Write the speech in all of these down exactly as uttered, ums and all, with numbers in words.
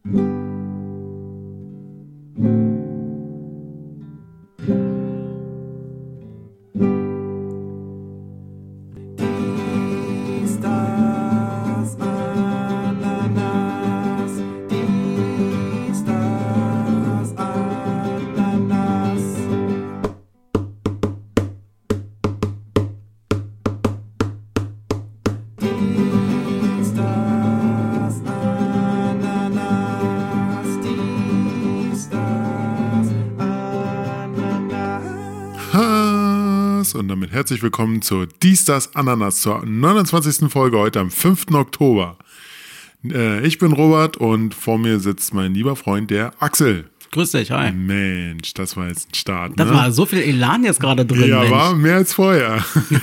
Und damit herzlich willkommen zur Dies, das, Ananas, zur neunundzwanzigsten Folge heute am fünften Oktober. Äh, ich bin Robert und vor mir sitzt mein lieber Freund, der Axel. Grüß dich, hi. Mensch, das war jetzt ein Start, Das ne? war so viel Elan jetzt gerade drin. Ja, Mensch. war mehr als vorher.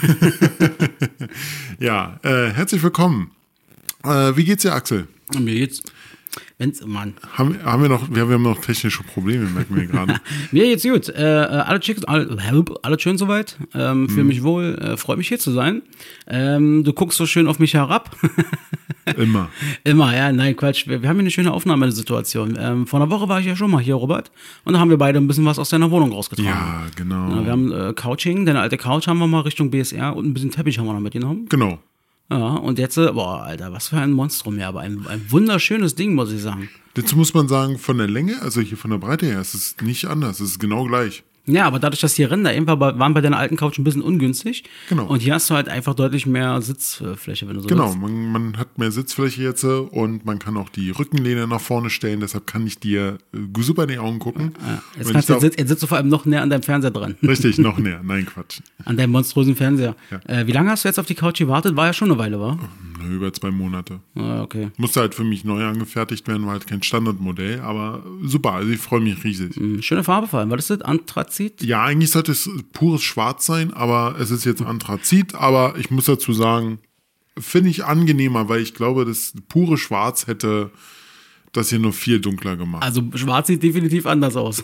Ja, äh, herzlich willkommen. Äh, wie geht's dir, Axel? Mir geht's, wenn's, Mann. Haben, haben wir noch, wir haben noch technische Probleme, merken wir gerade. Mir geht's gut. Äh, alle Chicks, alle, alle schön soweit. Ähm, Fühle mich wohl, äh, freue mich hier zu sein. Ähm, du guckst so schön auf mich herab. Immer. Immer, ja, nein, Quatsch. Wir, wir haben hier eine schöne Aufnahmesituation. Ähm, vor einer Woche war ich ja schon mal hier, Robert. Und da haben wir beide ein bisschen was aus deiner Wohnung rausgetragen. Ja, genau. Ja, wir haben äh, Couching, deine alte Couch haben wir mal Richtung B S R und ein bisschen Teppich haben wir noch mitgenommen. Genau. Ja, und jetzt, äh, boah, Alter, was für ein Monstrum hier, aber ein, ein wunderschönes Ding, muss ich sagen. Dazu muss man sagen, von der Länge, also hier von der Breite her, ist es nicht anders. Es ist genau gleich. Ja, aber dadurch, dass die Ränder eben waren bei deiner alten Couch ein bisschen ungünstig. Genau. Und hier hast du halt einfach deutlich mehr Sitzfläche, wenn du so Genau, willst. man, man hat mehr Sitzfläche jetzt und man kann auch die Rückenlehne nach vorne stellen. Deshalb kann ich dir äh, super in die Augen gucken. Ja, jetzt, Wenn kannst ich du, da- jetzt, jetzt sitzt du vor allem noch näher an deinem Fernseher dran. Richtig, noch näher. Nein, Quatsch. An deinem monströsen Fernseher. Ja. Äh, wie lange hast du jetzt auf die Couch gewartet? War ja schon eine Weile, war? Na, über zwei Monate. Ah, okay. Musste halt für mich neu angefertigt werden, war halt kein Standardmodell, aber super, also ich freue mich riesig. Hm, schöne Farbe vor allem. Was ist das? Anthrazit? Ja, eigentlich sollte es pures Schwarz sein, aber es ist jetzt Anthrazit, aber ich muss dazu sagen, finde ich angenehmer, weil ich glaube, das pure Schwarz hätte das hier nur viel dunkler gemacht. Also schwarz sieht definitiv anders aus.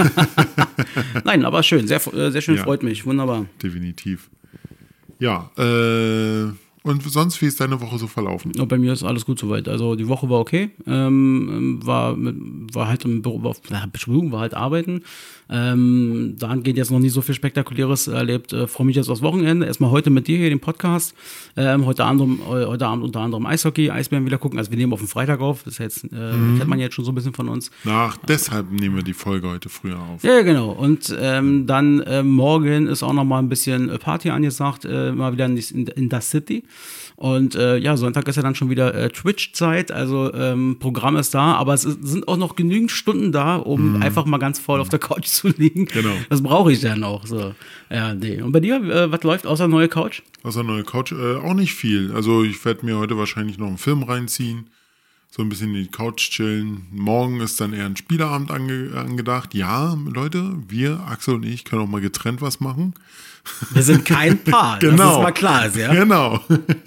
Nein, aber schön. Sehr, äh, sehr schön, Ja. freut mich. Wunderbar. Definitiv. Ja, äh, und sonst, wie ist deine Woche so verlaufen? Und bei mir ist alles gut soweit. Also die Woche war okay. Ähm, war, mit, war halt im Büro, war, na, Beschwörung, war halt arbeiten. Ähm, da geht jetzt noch nicht so viel Spektakuläres erlebt. Äh, freue mich jetzt aufs Wochenende. Erstmal heute mit dir hier den Podcast. Ähm, heute, Abend, äh, heute Abend unter anderem Eishockey, Eisbären wieder gucken. Also wir nehmen auf den Freitag auf. Das ist jetzt, äh, Mhm. kennt man jetzt schon so ein bisschen von uns. Ach, deshalb nehmen wir die Folge heute früher auf. Ja, genau. Und ähm, dann äh, morgen ist auch noch mal ein bisschen äh, Party angesagt, äh, mal wieder in, in, in das City. Und äh, ja, Sonntag ist ja dann schon wieder äh, Twitch-Zeit, also ähm, Programm ist da, aber es ist, sind auch noch genügend Stunden da, um einfach mal ganz voll auf der Couch zu liegen. Genau. Das brauche ich dann auch. So. Ja, nee. Und bei dir, äh, was läuft außer neue Couch? Außer neue Couch, äh, auch nicht viel. Also ich werde mir heute wahrscheinlich noch einen Film reinziehen, so ein bisschen in die Couch chillen. Morgen ist dann eher ein Spieleabend ange angedacht. Ja, Leute, wir, Axel und ich, können auch mal getrennt was machen. Wir sind kein Paar, Genau. dass das mal klar ist, ja? Genau.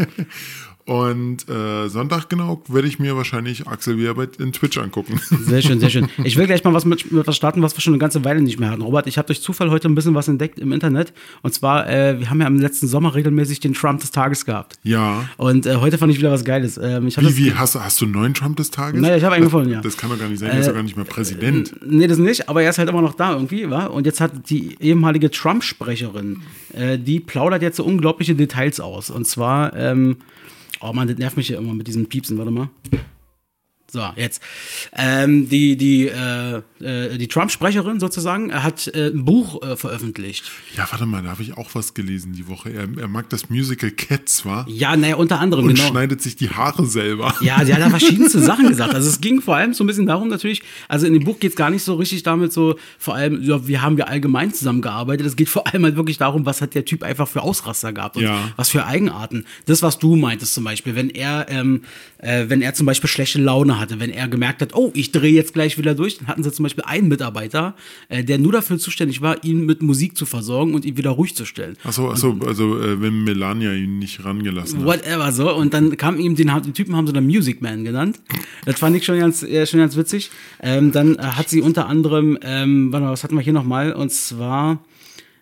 Und äh, Sonntag genau werde ich mir wahrscheinlich Axel wieder bei, in Twitch angucken. Sehr schön, sehr schön. Ich will gleich mal was mit, mit was starten, was wir schon eine ganze Weile nicht mehr hatten. Robert, ich habe durch Zufall heute ein bisschen was entdeckt im Internet. Und zwar, äh, wir haben ja im letzten Sommer regelmäßig den Trump des Tages gehabt. Ja. Und äh, heute fand ich wieder was Geiles. Ähm, ich hab Wie, das, wie, hast, du- hast du einen neuen Trump des Tages? Naja, ich habe einen gefunden, ja. Das kann doch gar nicht sein, er ist doch gar nicht mehr Präsident. Nee, das nicht, aber er ist halt immer noch da irgendwie, wa? Und jetzt hat die ehemalige Trump-Sprecherin, äh, die plaudert jetzt so unglaubliche Details aus. Und zwar, ähm, oh Mann, das nervt mich hier immer mit diesen Piepsen, warte mal. So, jetzt. Ähm, die die, äh, äh, die Trump-Sprecherin sozusagen hat äh, ein Buch äh, veröffentlicht. Ja, warte mal, da habe ich auch was gelesen die Woche. Er, er mag das Musical Cats, wa? Ja, naja, unter anderem, Und genau. schneidet sich die Haare selber. Ja, sie hat da verschiedenste Sachen gesagt. Also es ging vor allem so ein bisschen darum natürlich, also in dem Buch geht es gar nicht so richtig damit so, vor allem, ja, wie haben wir allgemein zusammengearbeitet. Es geht vor allem halt wirklich darum, was hat der Typ einfach für Ausraster gehabt und Ja. was für Eigenarten. Das, was du meintest zum Beispiel, wenn er, ähm, äh, wenn er zum Beispiel schlechte Laune hatte, wenn er gemerkt hat, oh, ich drehe jetzt gleich wieder durch, dann hatten sie zum Beispiel einen Mitarbeiter, äh, der nur dafür zuständig war, ihn mit Musik zu versorgen und ihn wieder ruhig zu stellen. Achso, achso, also äh, wenn Melania ihn nicht rangelassen hat. Whatever, so. Und dann kam ihm, den, den Typen haben sie dann Music Man genannt. Das fand ich schon ganz, äh, schon ganz witzig. Ähm, dann äh, hat sie unter anderem, ähm, warte mal, was hatten wir hier nochmal? Und zwar,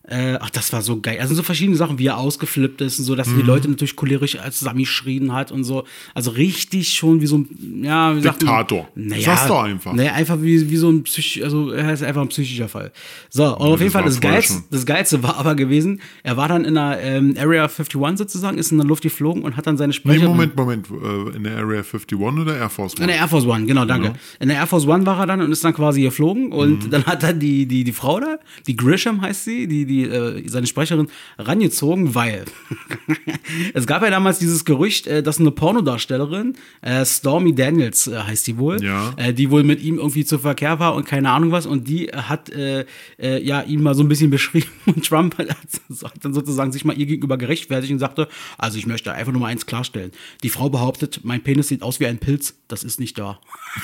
Äh, ach, das war so geil. Also so verschiedene Sachen, wie er ausgeflippt ist und so, dass er Mhm. die Leute natürlich cholerisch zusammengeschrien hat und so. Also richtig schon wie so ein, ja, wie sagt man? Diktator. Naja, Sag's doch einfach. Naja, einfach wie, wie so ein Psych, also er ist einfach ein psychischer Fall. So, und auf jeden das Fall war das vorher Geilste, schon. das Geilste war aber gewesen, er war dann in der ähm, Area einundfünfzig sozusagen, ist in der Luft geflogen und hat dann seine Nee, Sprecherin. Moment, Moment. äh, In der Area einundfünfzig oder Air Force In One? der Air Force One, genau, danke. Genau. In der Air Force One war er dann und ist dann quasi geflogen und Mhm. dann hat er die, die, die Frau da, die Grisham heißt sie, die, die, äh, seine Sprecherin, rangezogen, weil es gab ja damals dieses Gerücht, äh, dass eine Pornodarstellerin, äh, Stormy Daniels äh, heißt die wohl, Ja. äh, die wohl mit ihm irgendwie zu Verkehr war und keine Ahnung was und die hat äh, äh, ja ihn mal so ein bisschen beschrieben und Trump hat, hat dann sozusagen sich mal ihr gegenüber gerechtfertigt und sagte, also ich möchte einfach nur mal eins klarstellen. Die Frau behauptet, mein Penis sieht aus wie ein Pilz, das ist nicht da.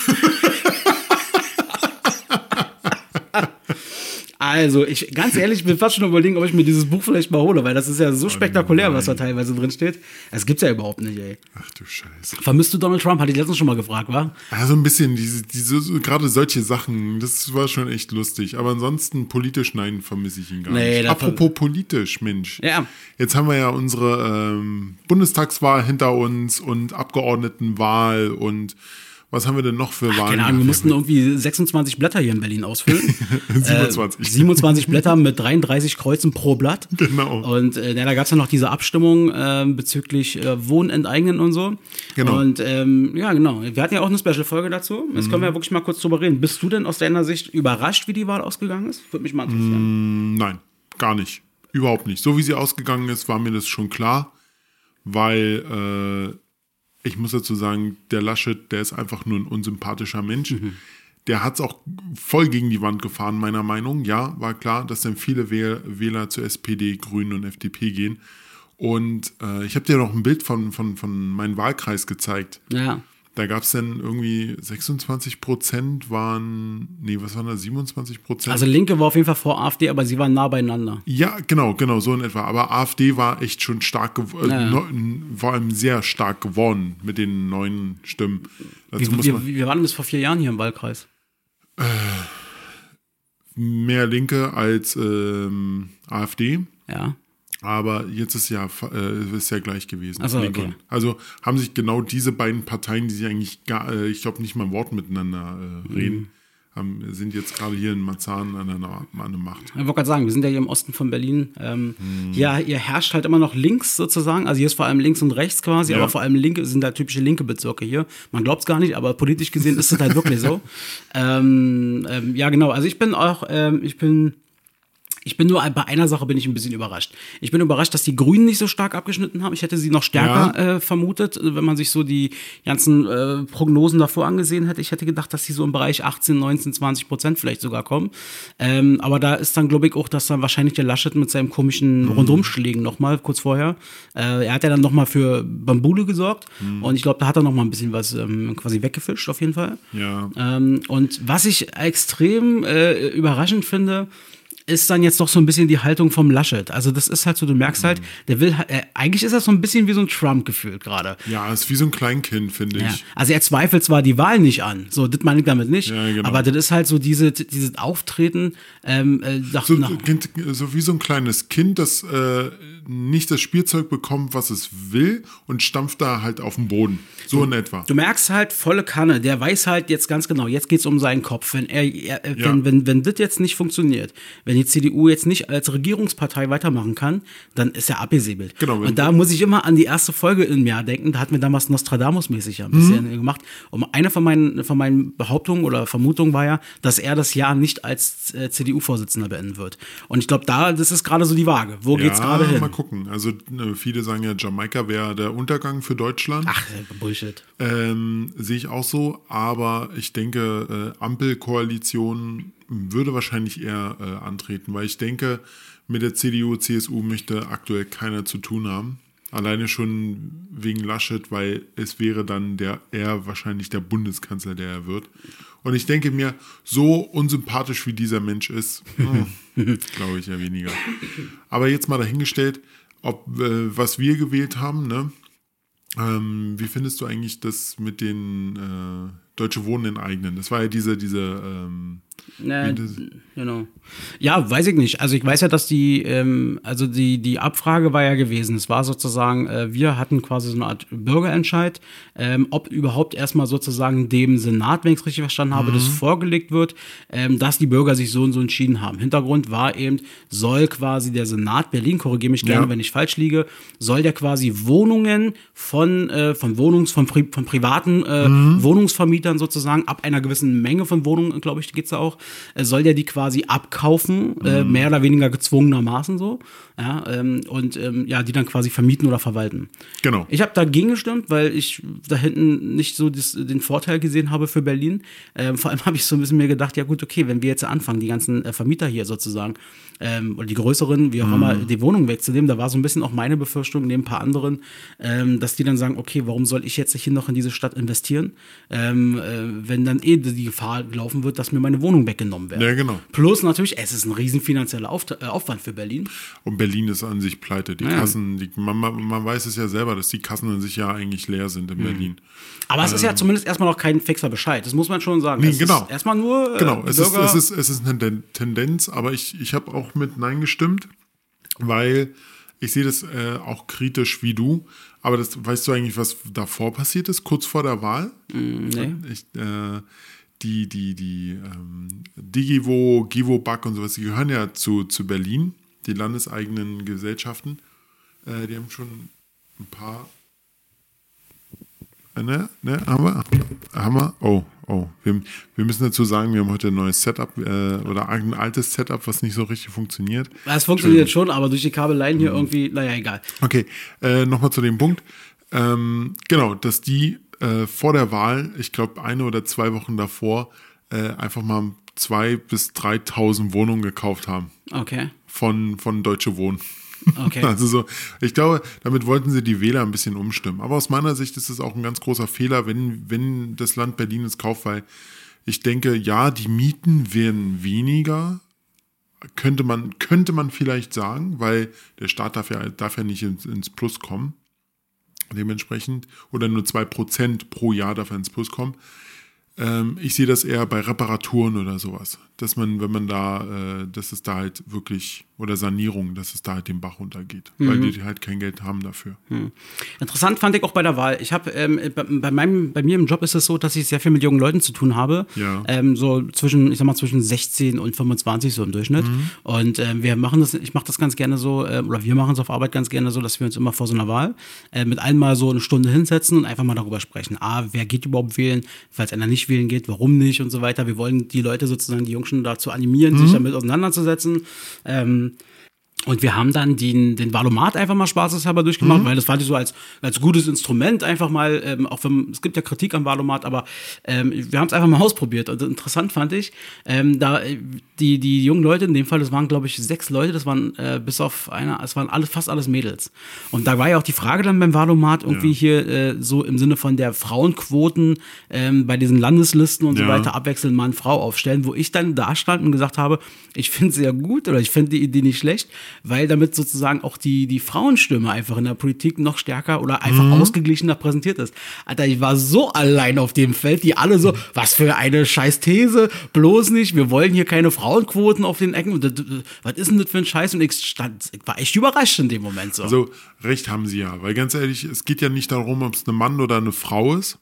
Also, ich ganz ehrlich, ich bin fast schon überlegen, ob ich mir dieses Buch vielleicht mal hole, weil das ist ja so spektakulär, nein. was da teilweise drin steht. Das gibt's ja überhaupt nicht, ey. Ach du Scheiße. Vermisst du Donald Trump? Hatte ich letztens schon mal gefragt, wa? Ja, so ein bisschen, diese, diese, so- gerade solche Sachen, das war schon echt lustig. Aber ansonsten politisch, nein, vermisse ich ihn gar Nee, nicht. da- Apropos politisch, Mensch. Ja. Jetzt haben wir ja unsere ähm, Bundestagswahl hinter uns und Abgeordnetenwahl und was haben wir denn noch für Wahlen? Keine Ahnung, wir mussten irgendwie sechsundzwanzig Blätter hier in Berlin ausfüllen. siebenundzwanzig. Äh, siebenundzwanzig Blätter mit dreiunddreißig Kreuzen pro Blatt. Genau. Und äh, ja, da gab es ja noch diese Abstimmung äh, bezüglich äh, Wohnenteignen und so. Genau. Und ähm, ja, genau. Wir hatten ja auch eine Special-Folge dazu. Jetzt können wir ja wirklich mal kurz drüber reden. Bist du denn aus deiner Sicht überrascht, wie die Wahl ausgegangen ist? Würde mich mal interessieren. Nein, gar nicht. Überhaupt nicht. So wie sie ausgegangen ist, war mir das schon klar, weil äh, ich muss dazu sagen, der Laschet, der ist einfach nur ein unsympathischer Mensch. Mhm. Der hat es auch voll gegen die Wand gefahren, meiner Meinung. Ja, war klar, dass dann viele Wähl- Wähler zur S P D, Grünen und F D P gehen. Und äh, ich habe dir noch ein Bild von, von, von meinem Wahlkreis gezeigt. Ja. Da gab es dann irgendwie sechsundzwanzig Prozent waren, nee, was waren da, siebenundzwanzig Prozent? Also Linke war auf jeden Fall vor AfD, aber sie waren nah beieinander. Ja, genau, genau, so in etwa. Aber AfD war echt schon stark, gew- Ja. äh, no, vor allem sehr stark geworden mit den neuen Stimmen. Dazu Wie, muss wie, man wie waren das vor vier Jahren hier im Wahlkreis? mehr Linke als ähm, AfD. Ja. Aber jetzt ist ja, äh, ist ja gleich gewesen. Ach so, Linke okay. und- Also haben sich genau diese beiden Parteien, die sich eigentlich gar, äh, ich glaube, nicht mal ein Wort miteinander äh, reden, Mhm. haben, sind jetzt gerade hier in Marzahn an der, an der Macht. Ich wollte gerade sagen, wir sind ja hier im Osten von Berlin. Ähm, Hm. hier, hier herrscht halt immer noch links sozusagen. Also hier ist vor allem links und rechts quasi, Ja. aber vor allem linke sind da typische linke Bezirke hier. Man glaubt es gar nicht, aber politisch gesehen ist es halt wirklich so. Ähm, ähm, ja, genau. Also ich bin auch, ähm, ich bin. Ich bin nur bei einer Sache bin ich ein bisschen überrascht. Ich bin überrascht, dass die Grünen nicht so stark abgeschnitten haben. Ich hätte sie noch stärker äh, vermutet, wenn man sich so die ganzen äh, Prognosen davor angesehen hätte. Ich hätte gedacht, dass sie so im Bereich achtzehn, neunzehn, zwanzig Prozent vielleicht sogar kommen. Ähm, aber da ist dann, glaube ich, auch, dass dann wahrscheinlich der Laschet mit seinem komischen Rundumschlägen nochmal kurz vorher, äh, er hat ja dann nochmal für Bambule gesorgt. Und ich glaube, da hat er nochmal ein bisschen was ähm, quasi weggefischt, auf jeden Fall. Ja. Ähm, und was ich extrem äh, überraschend finde, ist dann jetzt doch so ein bisschen die Haltung vom Laschet. Also das ist halt so, du merkst halt, der will, äh, eigentlich ist das so ein bisschen wie so ein Trump gefühlt gerade. Ja, ist wie so ein Kleinkind, finde Ja. ich. Also er zweifelt zwar die Wahl nicht an, so, das meine ich damit nicht, Ja, genau. aber das ist halt so diese, dieses Auftreten, ähm, äh, nach, So, nach, kind, so wie so ein kleines Kind, das äh, nicht das Spielzeug bekommt, was es will und stampft da halt auf den Boden. So in etwa. Du merkst halt, volle Kanne, der weiß halt jetzt ganz genau, jetzt geht's um seinen Kopf. Wenn er, er äh, Ja. wenn, wenn, wenn das jetzt nicht funktioniert, wenn die C D U jetzt nicht als Regierungspartei weitermachen kann, dann ist er abgesäbelt. Genau, wenn- Und da muss ich immer an die erste Folge im Jahr denken, da hatten wir damals Nostradamus-mäßig ja ein bisschen Mhm. gemacht. Und eine von meinen, von meinen Behauptungen oder Vermutungen war ja, dass er das Jahr nicht als äh, C D U-Vorsitzender beenden wird. Und ich glaube, da, das ist gerade so die Waage. Wo geht's gerade hin? mal gucken. Also äh, viele sagen ja, Jamaika wäre der Untergang für Deutschland. Ach, äh, Bullshit. Ähm, sehe ich auch so, aber ich denke, äh, Ampelkoalition würde wahrscheinlich eher äh, antreten, weil ich denke, mit der C D U, C S U möchte aktuell keiner zu tun haben. Alleine schon wegen Laschet, weil es wäre dann der er wahrscheinlich der Bundeskanzler, der er wird. Und ich denke mir, so unsympathisch wie dieser Mensch ist, hm, glaube ich ja weniger. Aber jetzt mal dahingestellt, ob äh, was wir gewählt haben, ne? Ähm, wie findest du eigentlich das mit den äh, Deutsche Wohnen enteignen? Das war ja diese, diese ähm, Ja, genau. Ja, weiß ich nicht. Also ich weiß ja, dass die, ähm, also die, die Abfrage war ja gewesen. Es war sozusagen, äh, wir hatten quasi so eine Art Bürgerentscheid, ähm, ob überhaupt erstmal sozusagen dem Senat, wenn ich es richtig verstanden habe, mhm. das vorgelegt wird, ähm, dass die Bürger sich so und so entschieden haben. Hintergrund war eben, soll quasi der Senat Berlin, korrigiere mich gerne, ja. wenn ich falsch liege, soll der quasi Wohnungen von, äh, von Wohnungs, von, Pri von privaten äh, mhm. Wohnungsvermietern sozusagen, ab einer gewissen Menge von Wohnungen, glaube ich, geht's da auch, äh, soll der die quasi abkaufen, mhm. äh, mehr oder weniger gezwungenermaßen so, ja, ähm, und ähm, ja, die dann quasi vermieten oder verwalten. Genau. Ich habe dagegen gestimmt, weil ich da hinten nicht so das, den Vorteil gesehen habe für Berlin. Ähm, vor allem habe ich so ein bisschen mir gedacht, ja gut, okay, wenn wir jetzt anfangen, die ganzen äh, Vermieter hier sozusagen, ähm, oder die größeren, wie auch mhm. immer, die Wohnung wegzunehmen, da war so ein bisschen auch meine Befürchtung, neben ein paar anderen, ähm, dass die dann sagen, okay, warum soll ich jetzt hier noch in diese Stadt investieren, ähm, äh, wenn dann eh die Gefahr laufen wird, dass mir meine Wohnung weggenommen wird. Ja, genau. Plus natürlich, es ist ein riesen finanzieller Auf äh, Aufwand für Berlin. Und Berlin ist an sich pleite. Die ja. Kassen, die, man, man weiß es ja selber, dass die Kassen an sich ja eigentlich leer sind in mhm. Berlin. Aber es ähm, ist ja zumindest erstmal noch kein fixer Bescheid, das muss man schon sagen. Nee, es genau. ist erstmal nur äh, Genau, es ist, Bürger es, ist, es ist eine Tendenz, aber ich, ich habe auch mit Nein gestimmt, weil ich sehe das äh, auch kritisch wie du. Aber das, weißt du eigentlich, was davor passiert ist, kurz vor der Wahl? Mm, nee. Ich, äh, die, die, die ähm, Digivo, Givo-Back und sowas, die gehören ja zu, zu Berlin, die landeseigenen Gesellschaften. Äh, die haben schon ein paar. Äh, ne, ne, haben wir? Haben wir? Oh, oh. Wir, wir müssen dazu sagen, wir haben heute ein neues Setup äh, oder ein altes Setup, was nicht so richtig funktioniert. Es funktioniert schon, aber durch die Kabelleien hier mhm. irgendwie, naja, egal. Okay, äh, nochmal zu dem Punkt. Ähm, genau, dass die äh, vor der Wahl, ich glaube eine oder zwei Wochen davor, äh, einfach mal zweitausend bis dreitausend Wohnungen gekauft haben. Okay. Von, von Deutsche Wohnen. Okay. Also so, ich glaube, damit wollten sie die Wähler ein bisschen umstimmen. Aber aus meiner Sicht ist es auch ein ganz großer Fehler, wenn, wenn das Land Berlin es kauft, weil ich denke, ja, die Mieten werden weniger, könnte man, könnte man vielleicht sagen, weil der Staat darf ja, darf ja nicht ins, ins Plus kommen. Dementsprechend, oder nur zwei Prozent pro Jahr darf er ins Plus kommen. Ähm, ich sehe das eher bei Reparaturen oder sowas. Dass man, wenn man da, äh, dass es da halt wirklich, oder Sanierung, dass es da halt den Bach runtergeht. Mhm. Weil die halt kein Geld haben dafür. Mhm. Interessant fand ich auch bei der Wahl. Ich habe, ähm, bei, bei, meinem, bei mir im Job ist es so, dass ich sehr viel mit jungen Leuten zu tun habe. Ja. Ähm, so zwischen, ich sag mal, zwischen sechzehn und fünfundzwanzig so im Durchschnitt. Mhm. Und ähm, wir machen das, ich mache das ganz gerne so, äh, oder wir machen es auf Arbeit ganz gerne so, dass wir uns immer vor so einer Wahl äh, mit allen mal so eine Stunde hinsetzen und einfach mal darüber sprechen. Ah, wer geht überhaupt wählen? Falls einer nicht wählen geht, warum nicht und so weiter. Wir wollen die Leute sozusagen, die Jungschen dazu animieren, mhm. sich damit auseinanderzusetzen. Ähm, Und wir haben dann den, den Valomat einfach mal spaßeshalber durchgemacht, mhm. weil das fand ich so als, als gutes Instrument einfach mal, ähm, auch wenn, es gibt ja Kritik am Valomat, aber ähm, wir haben es einfach mal ausprobiert. Und interessant fand ich, ähm, da die, die jungen Leute, in dem Fall, das waren glaube ich sechs Leute, das waren äh, bis auf einer, es waren alles, fast alles Mädels. Und da war ja auch die Frage dann beim Valomat irgendwie ja. hier äh, so im Sinne von der Frauenquoten ähm, bei diesen Landeslisten und ja. so weiter abwechselnd Mann, Frau aufstellen, wo ich dann da stand und gesagt habe, ich finde es sehr gut oder ich finde die Idee nicht schlecht, weil damit sozusagen auch die, die Frauenstimme einfach in der Politik noch stärker oder einfach mhm. ausgeglichener präsentiert ist. Alter, ich war so allein auf dem Feld, die alle so, was für eine scheiß These, bloß nicht, wir wollen hier keine Frauenquoten auf den Ecken. Was ist denn das für ein Scheiß? Und ich, stand, ich war echt überrascht in dem Moment so. Also, recht haben sie ja, weil ganz ehrlich, es geht ja nicht darum, ob es ein Mann oder eine Frau ist.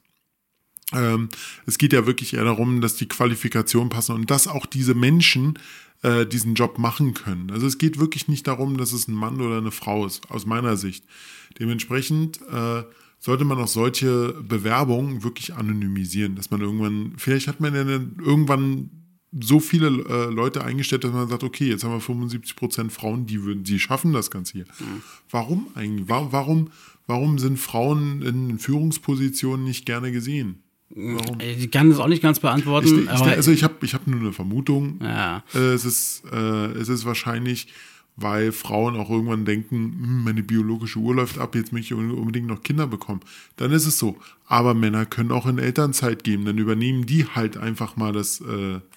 Ähm, es geht ja wirklich eher darum, dass die Qualifikationen passen und dass auch diese Menschen äh, diesen Job machen können. Also es geht wirklich nicht darum, dass es ein Mann oder eine Frau ist, aus meiner Sicht. Dementsprechend äh, sollte man auch solche Bewerbungen wirklich anonymisieren, dass man irgendwann, vielleicht hat man ja irgendwann so viele äh, Leute eingestellt, dass man sagt, okay, jetzt haben wir fünfundsiebzig Prozent Frauen, die würden, die schaffen das Ganze hier. Mhm. Warum eigentlich? Warum, warum sind Frauen in Führungspositionen nicht gerne gesehen? Warum? Ich kann das auch nicht ganz beantworten. Ich, ich, aber also ich habe ich hab nur eine Vermutung. Ja. Äh, es, ist, äh, es ist wahrscheinlich, weil Frauen auch irgendwann denken, meine biologische Uhr läuft ab, jetzt möchte ich unbedingt noch Kinder bekommen. Dann ist es so. Aber Männer können auch in Elternzeit geben. Dann übernehmen die halt einfach mal das, äh,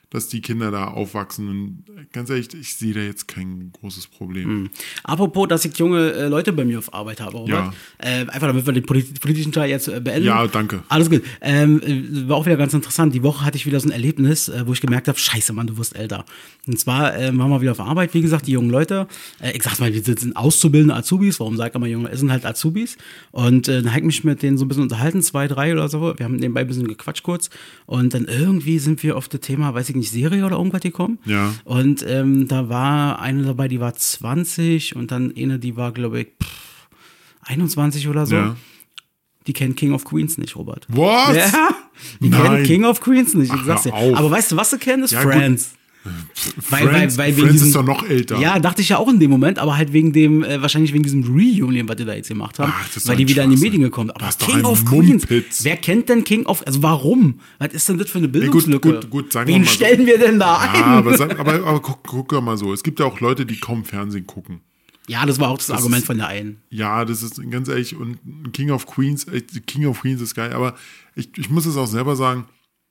dass die Kinder da aufwachsen. Und ganz ehrlich, ich sehe da jetzt kein großes Problem. Mhm. Apropos, dass ich junge äh, Leute bei mir auf Arbeit habe, Robert. Ja. Äh, einfach damit wir den polit- politischen Teil jetzt äh, beenden. Ja, danke. Alles gut. Ähm, äh, war auch wieder ganz interessant. Die Woche hatte ich wieder so ein Erlebnis, äh, wo ich gemerkt habe, scheiße, Mann, du wirst älter. Und zwar äh, waren wir wieder auf Arbeit, wie gesagt, die jungen Leute. Äh, ich sag's mal, wir sind auszubildende Azubis. Warum sagt man junge? Es sind halt Azubis. Und äh, dann habe ich mich mit denen so ein bisschen unterhalten, zwei, drei oder so. Wir haben nebenbei ein bisschen gequatscht kurz. Und dann irgendwie sind wir auf das Thema, weiß ich nicht, Serie oder irgendwas gekommen. Ja. Und ähm, da war eine dabei, die war zwanzig und dann eine, die war, glaube ich, pff, einundzwanzig oder so. Ja. Die kennt King of Queens nicht, Robert. What? Ja, die Nein. kennen King of Queens nicht, ich Ach, sag's dir. hör auf. Aber weißt du, was sie kennen, ist Ja, gut. Friends. Weil, Friends, weil, weil wegen Friends diesem, ist doch noch älter. Ja, dachte ich ja auch in dem Moment, aber halt wegen dem, äh, wahrscheinlich wegen diesem Reunion, was die da jetzt gemacht haben, Ach, das ist weil doch die ein wieder in die Schwachsinn. Medien gekommen. Aber Das ist doch King ein of Queens, Mumpitz. wer kennt denn King of, also warum? Was ist denn das für eine gut, Bildungslücke? gut, gut, sagen wir Wen mal so. stellen wir denn da ein? Ja, aber, sag, aber, aber guck, guck doch mal so. Es gibt ja auch Leute, die kaum Fernsehen gucken. Ja, das war auch das, Das Argument ist- von der einen. Ja, das ist ganz ehrlich. Und King of Queens, äh, King of Queens ist geil. Aber ich, ich muss es auch selber sagen.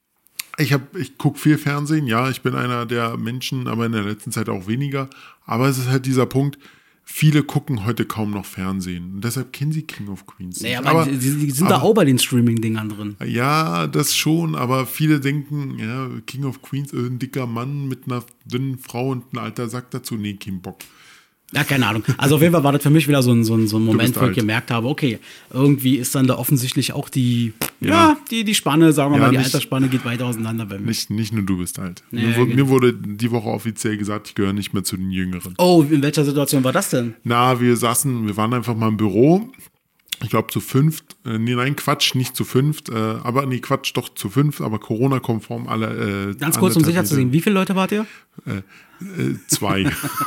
Ich, hab- ich gucke viel Fernsehen. Ja, ich bin einer der Menschen, aber in der letzten Zeit auch weniger. Aber es ist halt dieser Punkt. Viele gucken heute kaum noch Fernsehen. Und deshalb kennen sie King of Queens. Naja, nicht. aber, die, die sind da aber- auch bei den Streaming-Dingern drin. Ja, das schon, aber viele denken, ja, King of Queens, äh, ein dicker Mann mit einer dünnen Frau und ein alter Sack dazu. Nee, kein Bock. Ja, keine Ahnung. Also auf jeden Fall war das für mich wieder so ein, so ein, so ein Moment, bist wo ich alt. gemerkt habe, okay, irgendwie ist dann da offensichtlich auch die, ja, Ja. die, die Spanne, sagen wir Ja, mal, die nicht- Altersspanne geht weiter auseinander bei mir. Nicht, nicht nur du bist alt. Ja, mir, wurde, genau. mir wurde die Woche offiziell gesagt, ich gehöre nicht mehr zu den Jüngeren. Oh, in welcher Situation war das denn? Na, wir saßen, wir waren einfach mal im Büro. Ich glaube zu fünft. Äh, nee, nein, Quatsch, nicht zu fünft. Äh, aber nee, Quatsch, doch zu fünft, aber Corona-konform alle. Äh, Ganz kurz, um alle sicher zu sehen, wie viele Leute wart ihr? Äh, zwei.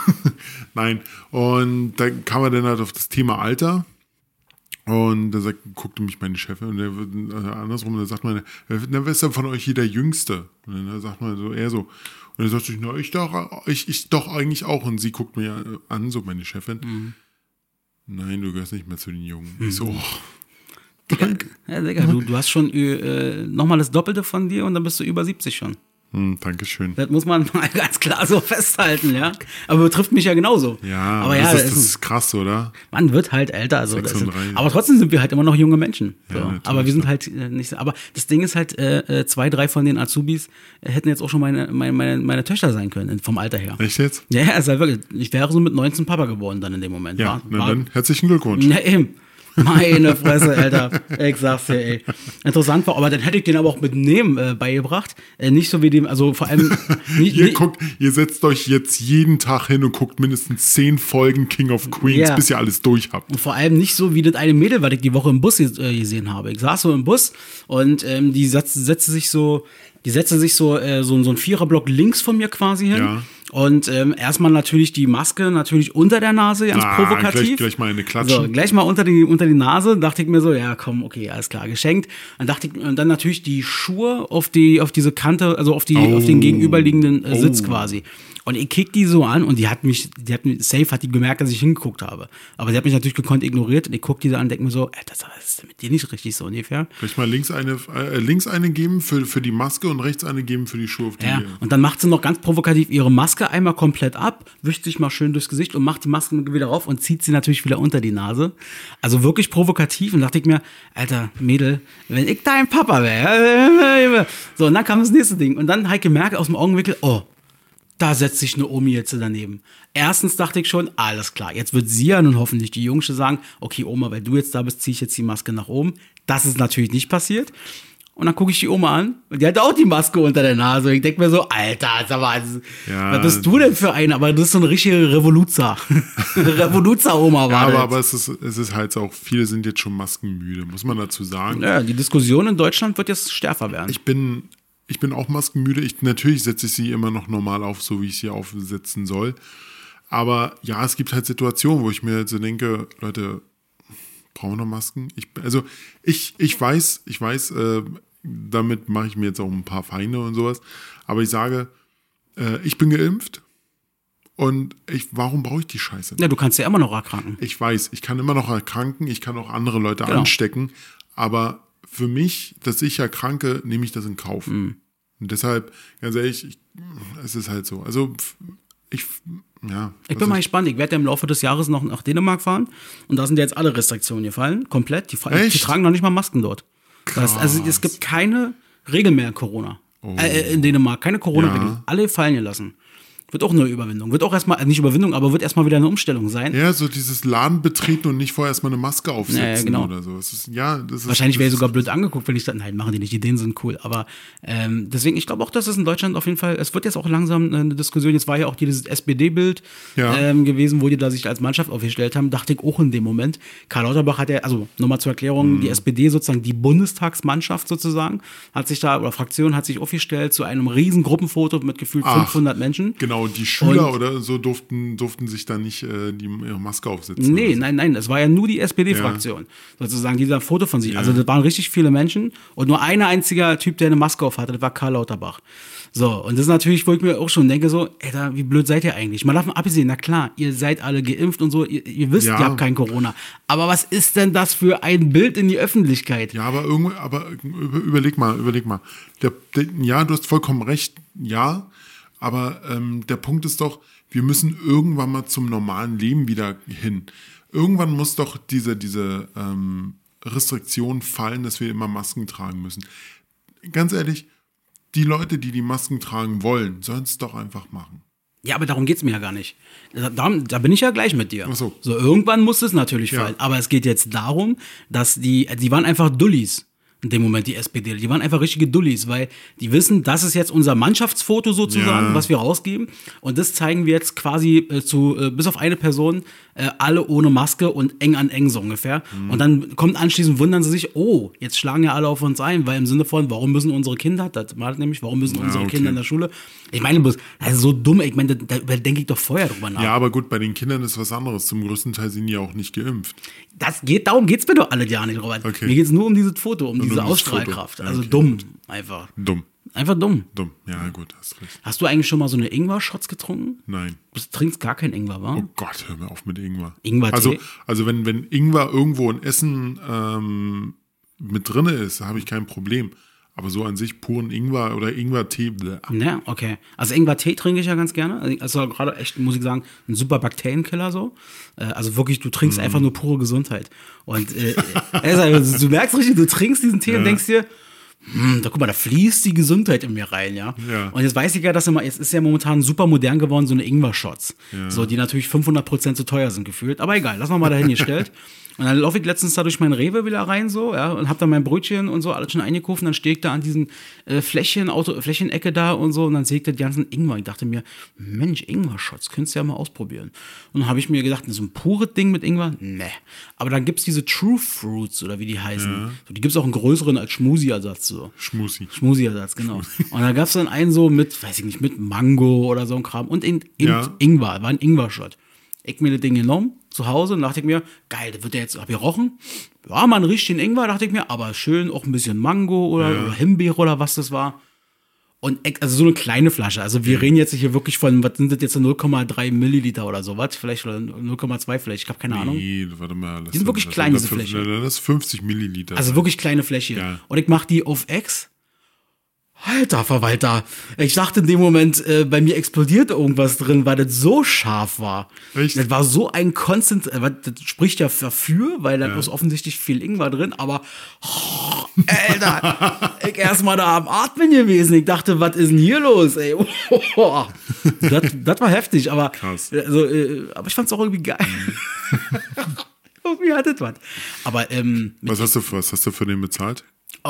Nein. Und dann kam er dann halt auf das Thema Alter. Und da sagt, guckte mich meine Chefin und der, äh, andersrum, da sagt man, äh, na, wer ist denn von euch hier der Jüngste? Und dann sagt man so, eher so. Und dann sagt sie, na, ich doch, ich, ich doch eigentlich auch. Und sie guckt mir an, so meine Chefin. Mhm. Nein, du gehörst nicht mehr zu den Jungen. Ich so, oh, Digga, ja, Digga, du, du hast schon äh, nochmal das Doppelte von dir und dann bist du über siebzig schon. hm, Dankeschön. Das muss man mal ganz klar so festhalten, ja. Aber betrifft mich ja genauso. Ja, aber das, ja, ist, das das ist, ist krass, oder? man wird halt älter. Also das ist, sechsunddreißig. aber trotzdem sind wir halt immer noch junge Menschen. So. Ja, natürlich. Aber wir sind halt äh, nicht so. Aber das Ding ist halt, äh, äh, zwei, drei von den Azubis äh, hätten jetzt auch schon meine, meine, meine, meine Töchter sein können, vom Alter her. Echt jetzt? Ja, ja, ist halt wirklich. Ich wäre so mit neunzehn Papa geworden dann in dem Moment. Ja, War- na war- dann herzlichen Glückwunsch. Na eben. Meine Fresse, Alter. Ich sag's dir, ey. Interessant war, aber dann hätte ich den aber auch mit Nehmen äh, beigebracht. Äh, nicht so wie dem, also vor allem. Nicht, Ihr, nicht, guckt, ihr setzt euch jetzt jeden Tag hin und guckt mindestens zehn Folgen King of Queens, Ja. bis ihr alles durch habt. Und vor allem nicht so wie das eine Mädel, was ich die Woche im Bus ges- äh, gesehen habe. Ich saß so im Bus und ähm, die setzte, setzte sich so, die setzte sich so, äh, so, so ein Viererblock links von mir quasi hin. Ja. Und ähm, erstmal natürlich die Maske natürlich unter der Nase, ganz Ah, provokativ. gleich, gleich mal eine Klatschen. So, gleich mal unter die, unter die Nase, dachte ich mir so, ja komm, okay, alles klar, geschenkt. Dann dachte ich, und dann natürlich die Schuhe auf die, auf diese Kante, also auf die, Oh. auf den gegenüberliegenden äh, Sitz Oh. quasi. Und ich kick die so an und die hat mich, die hat mich, safe hat die gemerkt, dass ich hingeguckt habe. Aber sie hat mich natürlich gekonnt ignoriert und ich guck die so an und denk mir so, ey, das ist mit dir nicht richtig so ungefähr. Gleich mal links eine, äh, links eine geben für, für die Maske und rechts eine geben für die Schuhe auf die. Ja, und dann macht sie noch ganz provokativ ihre Maske einmal komplett ab, wischt sich mal schön durchs Gesicht und macht die Maske wieder rauf und zieht sie natürlich wieder unter die Nase. Also wirklich provokativ und dachte ich mir, Alter, Mädel, wenn ich dein Papa wäre. So, und dann kam das nächste Ding. Und dann habe ich gemerkt aus dem Augenwinkel, oh, da setzt sich eine Omi jetzt daneben. Erstens dachte ich schon, alles klar, jetzt wird sie ja nun hoffentlich die Jungsche sagen, okay Oma, weil du jetzt da bist, ziehe ich jetzt die Maske nach oben. Das ist natürlich nicht passiert. Und dann gucke ich die Oma an und die hat auch die Maske unter der Nase. Und ich denke mir so, Alter, sag mal, Ja, was bist du denn für eine? Aber das ist so eine richtige Revoluzer. Revoluzer-Oma war Ja, aber, das. aber es, ist, es ist halt auch, viele sind jetzt schon maskenmüde, muss man dazu sagen. Ja, die Diskussion in Deutschland wird jetzt stärker werden. Ich bin, ich bin auch maskenmüde. Ich, natürlich setze ich sie immer noch normal auf, so wie ich sie aufsetzen soll. Aber ja, es gibt halt Situationen, wo ich mir so denke, Leute, brauchen wir noch Masken? Ich, also ich, ich weiß, ich weiß, äh, damit mache ich mir jetzt auch ein paar Feinde und sowas. Aber ich sage, äh, ich bin geimpft und ich, warum brauche ich die Scheiße? Ja, du kannst ja immer noch erkranken. Ich weiß, ich kann immer noch erkranken, ich kann auch andere Leute Genau. anstecken, aber für mich, dass ich erkranke, nehme ich das in Kauf. Mhm. Und deshalb, ganz ehrlich, ich, es ist halt so. Also ich, ja. Ich bin mal gespannt. Ich werde ja im Laufe des Jahres noch nach Dänemark fahren. Und da sind ja jetzt alle Restriktionen gefallen. Komplett. Die, die tragen noch nicht mal Masken dort. Das, also es gibt keine Regeln mehr in Corona. Oh. Äh, in Dänemark. Keine Corona-Regeln. Ja. Alle fallen gelassen. Wird auch eine Überwindung. Wird auch erstmal, also nicht Überwindung, aber wird erstmal wieder eine Umstellung sein. Ja, so dieses Laden betreten und nicht vorher erstmal eine Maske aufsetzen ja, ja, genau. oder so. Das ist, ja, das ist, Wahrscheinlich wäre ich das sogar blöd angeguckt, wenn ich dann, nein, machen die nicht, die Ideen sind cool. Aber ähm, deswegen, ich glaube auch, dass es in Deutschland auf jeden Fall, es wird jetzt auch langsam eine Diskussion, jetzt war ja auch dieses S P D-Bild ja. ähm, gewesen, wo die da sich als Mannschaft aufgestellt haben, dachte ich auch in dem Moment. Karl Lauterbach hat ja, also nochmal zur Erklärung, mhm. die S P D sozusagen, die Bundestagsmannschaft sozusagen, hat sich da, oder Fraktion hat sich aufgestellt zu einem riesen Gruppenfoto mit gefühlt Ach, fünfhundert Menschen. Genau, die Schüler und, oder so durften, durften sich da nicht äh, die ihre Maske aufsetzen. Nee, so. nein, nein, es war ja nur die S P D-Fraktion, ja. sozusagen, dieser Foto von sich. Ja. Also das waren richtig viele Menschen und nur ein einziger Typ, der eine Maske auf hatte, das war Karl Lauterbach. So, und das ist natürlich, wo ich mir auch schon denke, so, ey, da, wie blöd seid ihr eigentlich? Mal davon abgesehen, na klar, ihr seid alle geimpft und so, ihr, ihr wisst, ja. ihr habt kein Corona. Aber was ist denn das für ein Bild in die Öffentlichkeit? Ja, aber irgendwie, aber überleg mal, überleg mal. Der, der, ja, du hast vollkommen recht, ja, aber ähm, der Punkt ist doch, wir müssen irgendwann mal zum normalen Leben wieder hin. Irgendwann muss doch diese, diese ähm, Restriktion fallen, dass wir immer Masken tragen müssen. Ganz ehrlich, die Leute, die die Masken tragen wollen, sollen es doch einfach machen. Ja, aber darum geht's mir ja gar nicht. Da, da bin ich ja gleich mit dir. Ach so. So, irgendwann muss es natürlich ja. fallen. Aber es geht jetzt darum, dass die, die waren einfach Dullis. In dem Moment die S P D. Die waren einfach richtige Dullis, weil die wissen, das ist jetzt unser Mannschaftsfoto sozusagen, ja. was wir rausgeben. Und das zeigen wir jetzt quasi äh, zu, äh, bis auf eine Person, äh, alle ohne Maske und eng an eng so ungefähr. Mhm. Und dann kommt anschließend, wundern sie sich, oh, jetzt schlagen ja alle auf uns ein, weil im Sinne von, warum müssen unsere Kinder, das war nämlich, warum müssen unsere ja, okay. Kinder in der Schule? Ich meine, das ist so dumm, ich meine, da, da überdenke ich doch vorher drüber nach. Ja, aber gut, bei den Kindern ist was anderes. Zum größten Teil sind die ja auch nicht geimpft. Das geht, darum geht's mir doch alle ja nicht, Robert. Okay. Mir geht's nur um dieses Foto, um diese um Ausstrahlkraft. Ja, also okay. dumm, einfach. Dumm. Einfach dumm. Dumm, ja gut, hast recht. Hast du eigentlich schon mal so eine Ingwer-Shots getrunken? Nein. Du trinkst gar kein Ingwer, wa? Oh Gott, hör mir auf mit Ingwer. Ingwer-Tee? Also, also wenn, wenn Ingwer irgendwo in Essen ähm, mit drin ist, habe ich kein Problem. Aber so an sich puren Ingwer oder Ingwer-Tee. Ja, okay. Also Ingwer-Tee trinke ich ja ganz gerne. Also gerade echt, muss ich sagen, ein super Bakterienkiller so. Also wirklich, du trinkst mm. einfach nur pure Gesundheit. Und äh, also, du merkst richtig, du trinkst diesen Tee ja. und denkst dir, hm, da guck mal, da fließt die Gesundheit in mir rein, ja. ja. Und jetzt weiß ich ja, dass immer, jetzt ist ja momentan super modern geworden, so eine Ingwer-Shots. Ja. So, die natürlich fünfhundert Prozent zu teuer sind gefühlt. Aber egal, lassen wir mal dahingestellt. Und dann laufe ich letztens da durch mein Rewe wieder rein, so, ja, und hab da mein Brötchen und so alles schon eingekauft. Und dann stehe ich da an diesen äh, Fläschchen, Auto, Flächenecke da und so. Und dann sehe ich da die ganzen Ingwer. Ich dachte mir, Mensch, Ingwer-Shots, könntest du ja mal ausprobieren. Und dann habe ich mir gedacht, so ein pures Ding mit Ingwer? Nee. Aber dann gibt's diese True Fruits, oder wie die heißen. Ja. So, die gibt's auch einen größeren als Schmusi-Ersatz, so. Schmusi. Schmusi-Ersatz, genau. Schmusi. Und da gab's dann einen so mit, weiß ich nicht, mit Mango oder so ein Kram. Und in, in ja. Ingwer, war ein Ingwer-Shot. Ich mir das Ding genommen, zu Hause, und dachte ich mir, geil, das wird der jetzt abgerochen. Ja, man riecht den Ingwer, dachte ich mir, aber schön auch ein bisschen Mango oder, ja. oder Himbeere oder was das war. Und also so eine kleine Flasche. Also wir ja. reden jetzt hier wirklich von, was sind das jetzt, null Komma drei Milliliter oder so, was? Vielleicht, oder null Komma zwei vielleicht, ich habe keine nee, Ahnung. Nee, warte mal. Die sind wirklich das, klein, das, diese Fläche. Das ist fünfzig Milliliter. Also wirklich kleine Fläche. Ja. Und ich mache die auf Ex. Alter Verwalter, ich dachte in dem Moment, äh, bei mir explodiert irgendwas drin, weil das so scharf war. Echt? Das war so ein Konstant, äh, das spricht ja dafür, weil da ja. ist offensichtlich viel Ingwer drin, aber oh, Alter, ich erst mal da am Atmen gewesen. Ich dachte, was ist denn hier los, ey? Oh, das, das war heftig, aber, Krass. Also, äh, aber ich fand's auch irgendwie geil. Irgendwie hat das was. Aber, ähm, was hast du, was hast du für den bezahlt?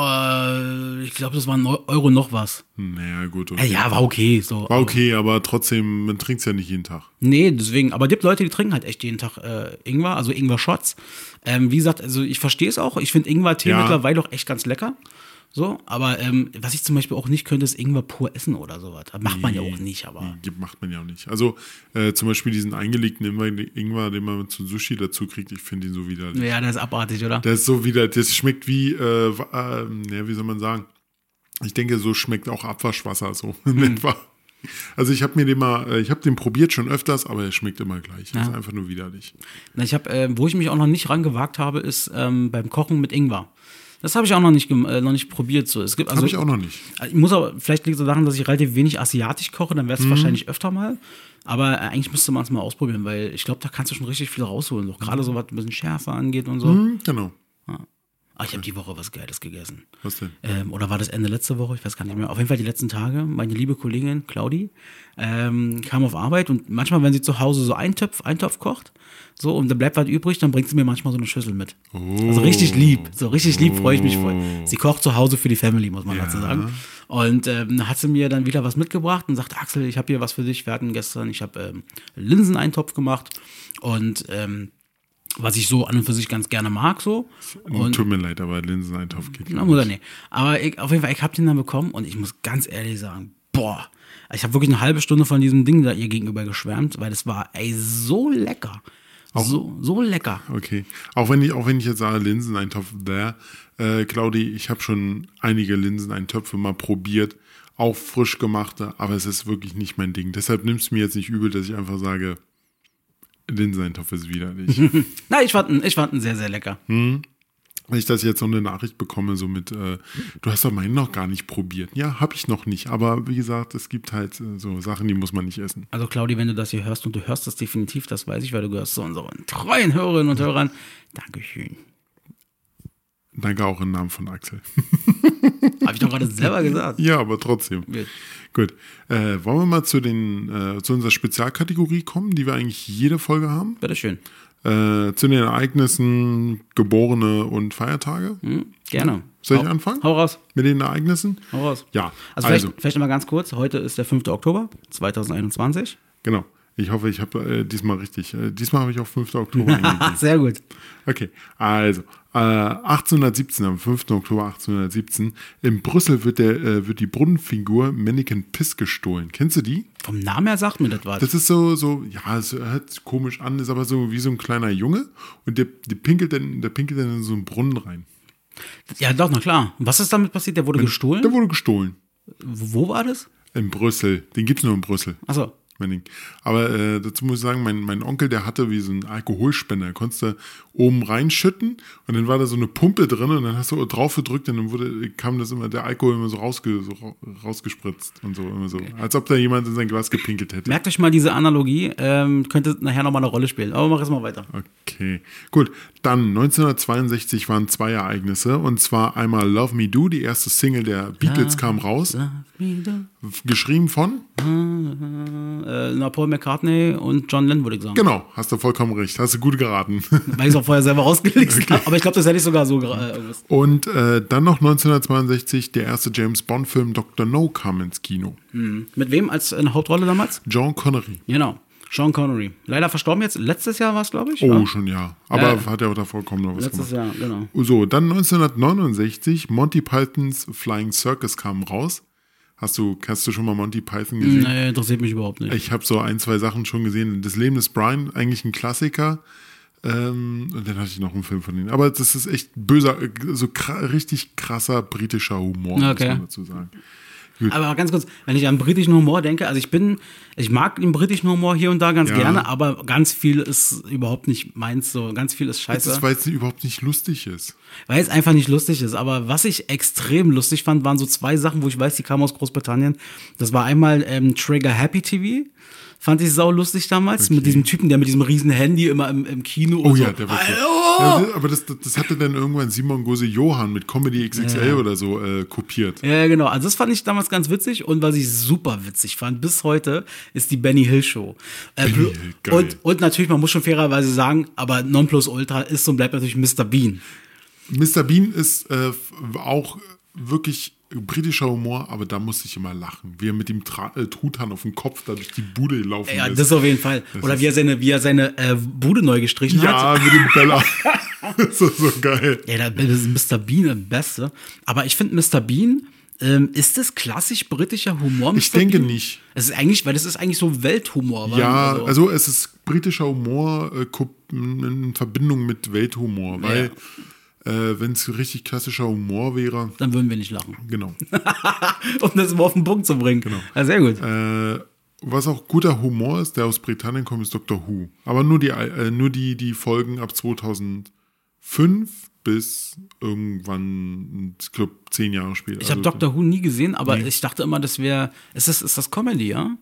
Äh, ich glaube, das war ein Euro noch was. Naja, gut. Okay. Ja, war okay. So. War okay, aber trotzdem, man trinkt es ja nicht jeden Tag. Nee, deswegen. Aber es gibt Leute, die trinken halt echt jeden Tag äh, Ingwer, also Ingwer-Shots. Ähm, wie gesagt, also ich verstehe es auch. Ich finde Ingwer-Tee ja. mittlerweile auch echt ganz lecker. So, aber ähm, was ich zum Beispiel auch nicht könnte, ist Ingwer pur essen oder sowas. Das macht man nee, ja auch nicht, aber. Nee, macht man ja auch nicht. Also äh, zum Beispiel diesen eingelegten Ingwer, den man zu Sushi dazu kriegt, ich finde ihn so widerlich. Ja, der ist abartig, oder? Der ist so widerlich. Das schmeckt wie, äh, äh, ja, wie soll man sagen? Ich denke, so schmeckt auch Abwaschwasser so in Mhm. etwa. Also ich habe mir den mal, ich habe den probiert schon öfters, aber er schmeckt immer gleich. Ja. Das ist einfach nur widerlich. Na, ich habe, äh, wo ich mich auch noch nicht rangewagt habe, ist ähm, beim Kochen mit Ingwer. Das habe ich auch noch nicht, gem- äh, noch nicht probiert. So. Es gibt, also, Habe ich auch noch nicht. Ich muss aber, vielleicht liegt es so daran, dass ich relativ wenig asiatisch koche, dann wäre es mhm. wahrscheinlich öfter mal. Aber äh, eigentlich müsste man es mal ausprobieren, weil ich glaube, da kannst du schon richtig viel rausholen. Auch gerade so, was ein bisschen Schärfe angeht und so. Mhm, genau. Ja. Ah, ich habe die Woche was Geiles gegessen. Was denn? Ähm, oder war das Ende letzte Woche? Ich weiß gar nicht mehr. Auf jeden Fall die letzten Tage. Meine liebe Kollegin Claudi ähm, kam auf Arbeit und manchmal, wenn sie zu Hause so Eintopf, Eintopf kocht, so und dann bleibt was übrig, dann bringt sie mir manchmal so eine Schüssel mit. Oh. Also richtig lieb. So richtig lieb freue ich mich voll. Sie kocht zu Hause für die Family, muss man Ja. dazu sagen. Und ähm, hat sie mir dann wieder was mitgebracht und sagt, Axel, ich habe hier was für dich. Wir hatten gestern, ich habe ähm, Linseneintopf gemacht und ähm, was ich so an und für sich ganz gerne mag, so. Und Tut mir leid, aber Linseneintopf geht na, oder nee. Aber ich, auf jeden Fall, ich habe den dann bekommen und ich muss ganz ehrlich sagen, boah, ich habe wirklich eine halbe Stunde von diesem Ding da ihr gegenüber geschwärmt, weil das war, ey, so lecker. Auch, so, so lecker. Okay. Auch wenn ich, auch wenn ich jetzt sage, Linseneintopf, there, äh, Claudi, ich habe schon einige Linseneintöpfe mal probiert, auch frisch gemachte, aber es ist wirklich nicht mein Ding. Deshalb nimmst du mir jetzt nicht übel, dass ich einfach sage, Linseneintopf ist widerlich. Na, ich fand ihn, ich fand ihn sehr, sehr lecker. Hm. Wenn ich das jetzt so eine Nachricht bekomme, so mit, äh, du hast doch meinen noch gar nicht probiert. Ja, habe ich noch nicht. Aber wie gesagt, es gibt halt äh, so Sachen, die muss man nicht essen. Also Claudi, wenn du das hier hörst und du hörst das definitiv, das weiß ich, weil du gehörst zu unseren treuen Hörerinnen und Hörern. Dankeschön. Danke auch im Namen von Axel. Habe ich doch gerade selber gesagt. Ja, aber trotzdem. Gut. Gut. Äh, wollen wir mal zu, den, äh, zu unserer Spezialkategorie kommen, die wir eigentlich jede Folge haben? Bitteschön. Äh, zu den Ereignissen, Geborene und Feiertage. Hm, gerne. Soll ich hau, anfangen? Hau raus. Mit den Ereignissen? Hau raus. Ja. Also, Also, vielleicht, vielleicht noch mal ganz kurz. Heute ist der fünfte Oktober zweitausendeinundzwanzig. genau. Ich hoffe, ich habe äh, diesmal richtig. Äh, diesmal habe ich auf fünften Oktober eingegeben. Sehr gut. Okay, also äh, achtzehnhundertsiebzehn, am fünften Oktober achtzehnhundertsiebzehn, in Brüssel wird, der, äh, wird die Brunnenfigur Mannequin Piss gestohlen. Kennst du die? Vom Namen her sagt mir das was. Das ist so, so, ja, es hört komisch an, ist aber so wie so ein kleiner Junge und der, der, pinkelt, dann, der pinkelt dann in so einen Brunnen rein. Ja, doch, na klar. Und was ist damit passiert? Der wurde gestohlen? Der wurde gestohlen. Wo war das? In Brüssel. Den gibt es nur in Brüssel. Achso. Aber äh, dazu muss ich sagen, mein, mein Onkel, der hatte wie so einen Alkoholspender. Da konntest du oben reinschütten und dann war da so eine Pumpe drin und dann hast du drauf gedrückt und dann wurde, kam das immer, der Alkohol immer so, rausge, so rausgespritzt und so, immer so. Okay. Als ob da jemand in sein Glas gepinkelt hätte. Merkt euch mal diese Analogie, ähm, könnte nachher nochmal eine Rolle spielen. Aber mach jetzt mal weiter. Okay, gut. Dann neunzehnhundertzweiundsechzig waren zwei Ereignisse und zwar einmal Love Me Do, die erste Single der Beatles, kam raus. Love Me Do. Geschrieben von? Äh, na, Paul McCartney und John Lennon, würde ich sagen. Genau, hast du vollkommen recht. Hast du gut geraten. Weil ich es auch vorher selber rausgelegt okay. habe. Aber ich glaube, das hätte ich sogar so äh, gewusst. Und äh, dann noch neunzehnhundertzweiundsechzig, der erste James Bond-Film Doktor No kam ins Kino. Hm. Mit wem als in Hauptrolle damals? John Connery. Genau. Sean Connery. Leider verstorben jetzt. Letztes Jahr war es, glaube ich. Oh, ja? schon ja. Aber ja, hat ja auch davor kaum noch was letztes gemacht. Jahr, genau. So, dann neunzehnhundertneunundsechzig, Monty Pythons Flying Circus kam raus. Hast du, hast du schon mal Monty Python gesehen? Nee, interessiert mich überhaupt nicht. Ich habe so ein, zwei Sachen schon gesehen. Das Leben des Brian, eigentlich ein Klassiker. Ähm, und dann hatte ich noch einen Film von ihnen. Aber das ist echt böser, so kr- richtig krasser britischer Humor, okay. muss man dazu sagen. Gut. Aber ganz kurz, wenn ich an britischen Humor denke, also ich bin, ich mag den britischen Humor hier und da ganz ja. gerne, aber ganz viel ist überhaupt nicht meins, so ganz viel ist scheiße. Das ist, weil es überhaupt nicht lustig ist. Weil es einfach nicht lustig ist, aber was ich extrem lustig fand, waren so zwei Sachen, wo ich weiß, die kamen aus Großbritannien. Das war einmal ähm, Trigger Happy T V. Fand ich sau lustig damals, okay. mit diesem Typen, der mit diesem riesen Handy immer im, im Kino oh und ja, so. Der war cool. Ja, aber das, das hatte dann irgendwann Simon Gose-Johann mit Comedy X X L ja. oder so äh, kopiert. Ja, genau. Also das fand ich damals ganz witzig und was ich super witzig fand bis heute, ist die Benny Hill Show. Äh, Benny Hill, geil. Und, und natürlich, man muss schon fairerweise sagen, aber Nonplusultra ist und bleibt natürlich Mister Bean. Mister Bean ist äh, auch wirklich britischer Humor, aber da musste ich immer lachen. Wie er mit dem Tra- äh, Truthahn auf dem Kopf da durch die Bude laufen Ja, lässt. das auf jeden Fall. Das Oder wie er seine, wie er seine äh, Bude neu gestrichen ja, hat. Ja, mit dem Bella. Das ist so geil. Ja, das ist Mister Bean das Beste. Aber ich finde Mister Bean, ähm, ist das klassisch britischer Humor? Ich denke Bean? nicht. Es ist eigentlich, weil das ist eigentlich so Welthumor. Ja, also. also es ist britischer Humor äh, in Verbindung mit Welthumor, weil ja. Äh, wenn es richtig klassischer Humor wäre. Dann würden wir nicht lachen. Genau. Um das mal auf den Punkt zu bringen. Genau. Ja, sehr gut. Äh, was auch guter Humor ist, der aus Britannien kommt, ist Doctor Who. Aber nur die, äh, nur die, die Folgen ab zweitausendfünf bis irgendwann, ich glaube, zehn Jahre später. Ich habe also, Doctor Who nie gesehen, aber nee. ich dachte immer, das wäre, ist das, ist das Comedy, ja?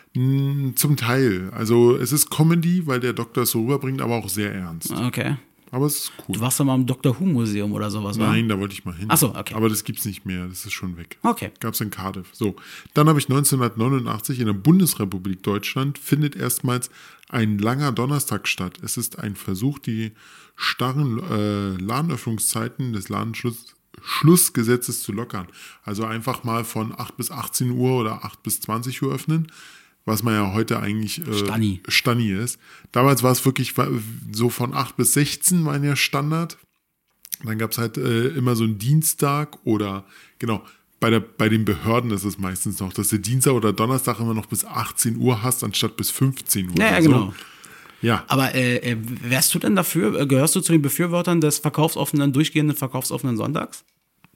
Zum Teil. Also es ist Comedy, weil der Doktor es so rüberbringt, aber auch sehr ernst. Okay. Aber es ist cool. Du warst doch mal im Doctor Who Museum oder sowas, oder? Nein, da wollte ich mal hin. Ach so, okay. Aber das gibt's nicht mehr, das ist schon weg. Okay. Gab's in Cardiff. So, dann habe ich neunzehnhundertneunundachtzig in der Bundesrepublik Deutschland findet erstmals ein langer Donnerstag statt. Es ist ein Versuch, die starren äh, Ladenöffnungszeiten des Ladenschluss Schlussgesetzes zu lockern. Also einfach mal von acht bis achtzehn Uhr oder acht bis zwanzig Uhr öffnen, was man ja heute eigentlich äh, Stani. Stani ist. Damals war es wirklich so von acht bis sechzehn waren ja Standard. Dann gab es halt äh, immer so einen Dienstag oder genau, bei, der, bei den Behörden ist es meistens noch, dass du Dienstag oder Donnerstag immer noch bis achtzehn Uhr hast, anstatt bis fünfzehn Uhr. Ja, ja, so. genau. Ja. Aber äh, wärst du denn dafür, gehörst du zu den Befürwortern des verkaufsoffenen, durchgehenden verkaufsoffenen Sonntags?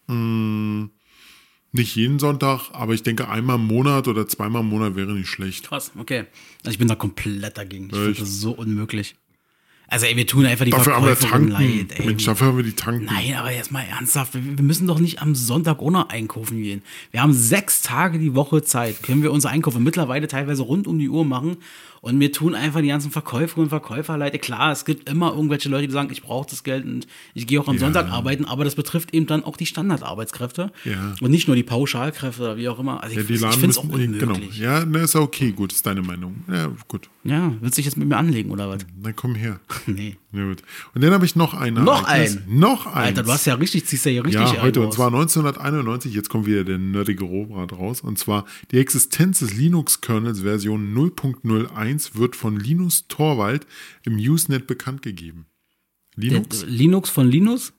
Mmh. Nicht jeden Sonntag, aber ich denke, einmal im Monat oder zweimal im Monat wäre nicht schlecht. Krass, okay. Also ich bin da komplett dagegen. Ich Echt? finde das so unmöglich. Also ey, wir tun einfach die Dafür haben wir Verkäuferin tanken. leid. Ey. Mensch, dafür haben wir die tanken. Nein, aber jetzt mal ernsthaft. Wir wir müssen doch nicht am Sonntag ohne einkaufen gehen. Wir haben sechs Tage die Woche Zeit. Können wir unsere Einkäufe mittlerweile teilweise rund um die Uhr machen. Und mir tun einfach die ganzen Verkäuferinnen und Verkäufer leid. Klar, es gibt immer irgendwelche Leute, die sagen, ich brauche das Geld und ich gehe auch am Ja. Sonntag arbeiten. Aber das betrifft eben dann auch die Standardarbeitskräfte. Ja. Und nicht nur die Pauschalkräfte oder wie auch immer. Also Ja, ich, die ich Laden finde es auch müssen- unmöglich. Genau. Ja, ne, ist okay, gut, ist deine Meinung. Ja, gut. Ja, willst du dich jetzt mit mir anlegen oder was? Dann komm her. Nee. Ja, gut. Und dann habe ich noch eine. Noch Ereignis. ein? Noch eins. Alter, du hast ja richtig, ziehst ja hier richtig Ja, einen heute, und raus. zwar neunzehnhunderteinundneunzig, jetzt kommt wieder der nerdige Robert raus, und zwar die Existenz des Linux-Kernels Version null Punkt null eins wird von Linus Torvald im Usenet bekannt gegeben. Linux? Der, Linux von Linus?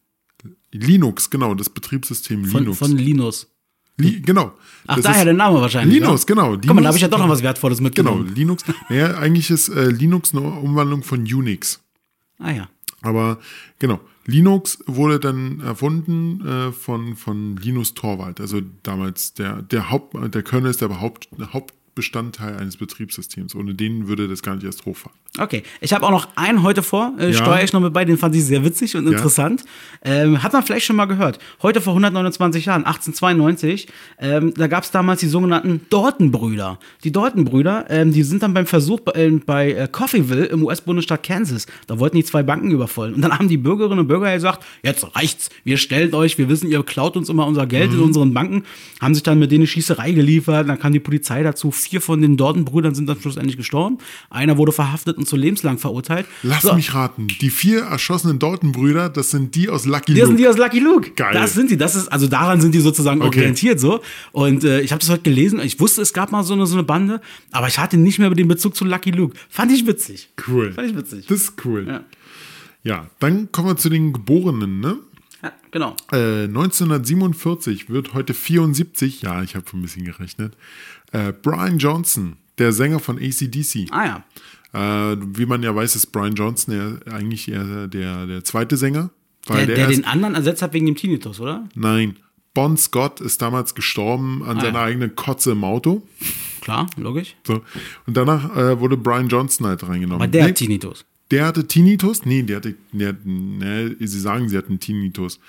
Linux, genau, das Betriebssystem Von, Linux. von Linus. Li genau. Ach, Das daher ist der Name wahrscheinlich. Linus, ja? genau. Guck mal, Linus- da habe ich ja doch noch was Wertvolles Genau, mitgenommen. Linux. Naja, eigentlich ist äh, Linux eine Umwandlung von Unix. Ah ja. Aber genau, Linux wurde dann erfunden äh, von, von Linus Torvald. Also damals der, der Haupt, der Kernel ist der Haupt, Hauptbestandteil eines Betriebssystems. Ohne den würde das gar nicht erst hochfahren. Okay, ich habe auch noch einen heute vor, äh, Ja. steuere ich noch mit bei, den fand ich sehr witzig und interessant. Ähm, hat man vielleicht schon mal gehört. Heute vor hundertneunundzwanzig Jahren, achtzehnhundertzweiundneunzig, ähm, da gab es damals die sogenannten Dalton-Brüder. Die Dalton-Brüder, ähm, die sind dann beim Versuch bei, äh, bei äh, Coffeyville im U S-Bundesstaat Kansas, da wollten die zwei Banken überfallen. Und dann haben die Bürgerinnen und Bürger gesagt, jetzt reicht's, wir stellen euch, wir wissen, ihr klaut uns immer unser Geld Mhm. in unseren Banken, haben sich dann mit denen eine Schießerei geliefert, dann kam die Polizei dazu, vier von den Dalton-Brüdern sind dann schlussendlich gestorben, einer wurde verhaftet und zu lebenslang verurteilt. Lass So. mich raten, die vier erschossenen Dalton-Brüder, das sind die aus Lucky Die Luke. sind die aus Lucky Luke. Geil. Das sind die. Das ist, also daran sind die sozusagen Okay. orientiert so. Und äh, ich habe das heute gelesen. Ich wusste, es gab mal so eine, so eine Bande, aber ich hatte nicht mehr den Bezug zu Lucky Luke. Fand ich witzig. Cool. Fand ich witzig. Das ist cool. Ja. Ja, dann kommen wir zu den Geborenen, ne? Ja, genau. Äh, neunzehnhundertsiebenundvierzig wird heute vierundsiebzig, ja, ich habe ein bisschen gerechnet, äh, Brian Johnson, der Sänger von A C D C. Ah ja. Äh, wie man ja weiß, ist Brian Johnson ja eigentlich eher der, der zweite Sänger. Weil Der, der, der erst, den anderen ersetzt hat wegen dem Tinnitus, oder? Nein, Bon Scott ist damals gestorben an Ah, seiner ja. eigenen Kotze im Auto. Klar, logisch. So. Und danach äh, wurde Brian Johnson halt reingenommen. Aber der Nee, hat Tinnitus. Der hatte Tinnitus? Nee, der hatte, der, ne, sie sagen, sie hatten Tinnitus.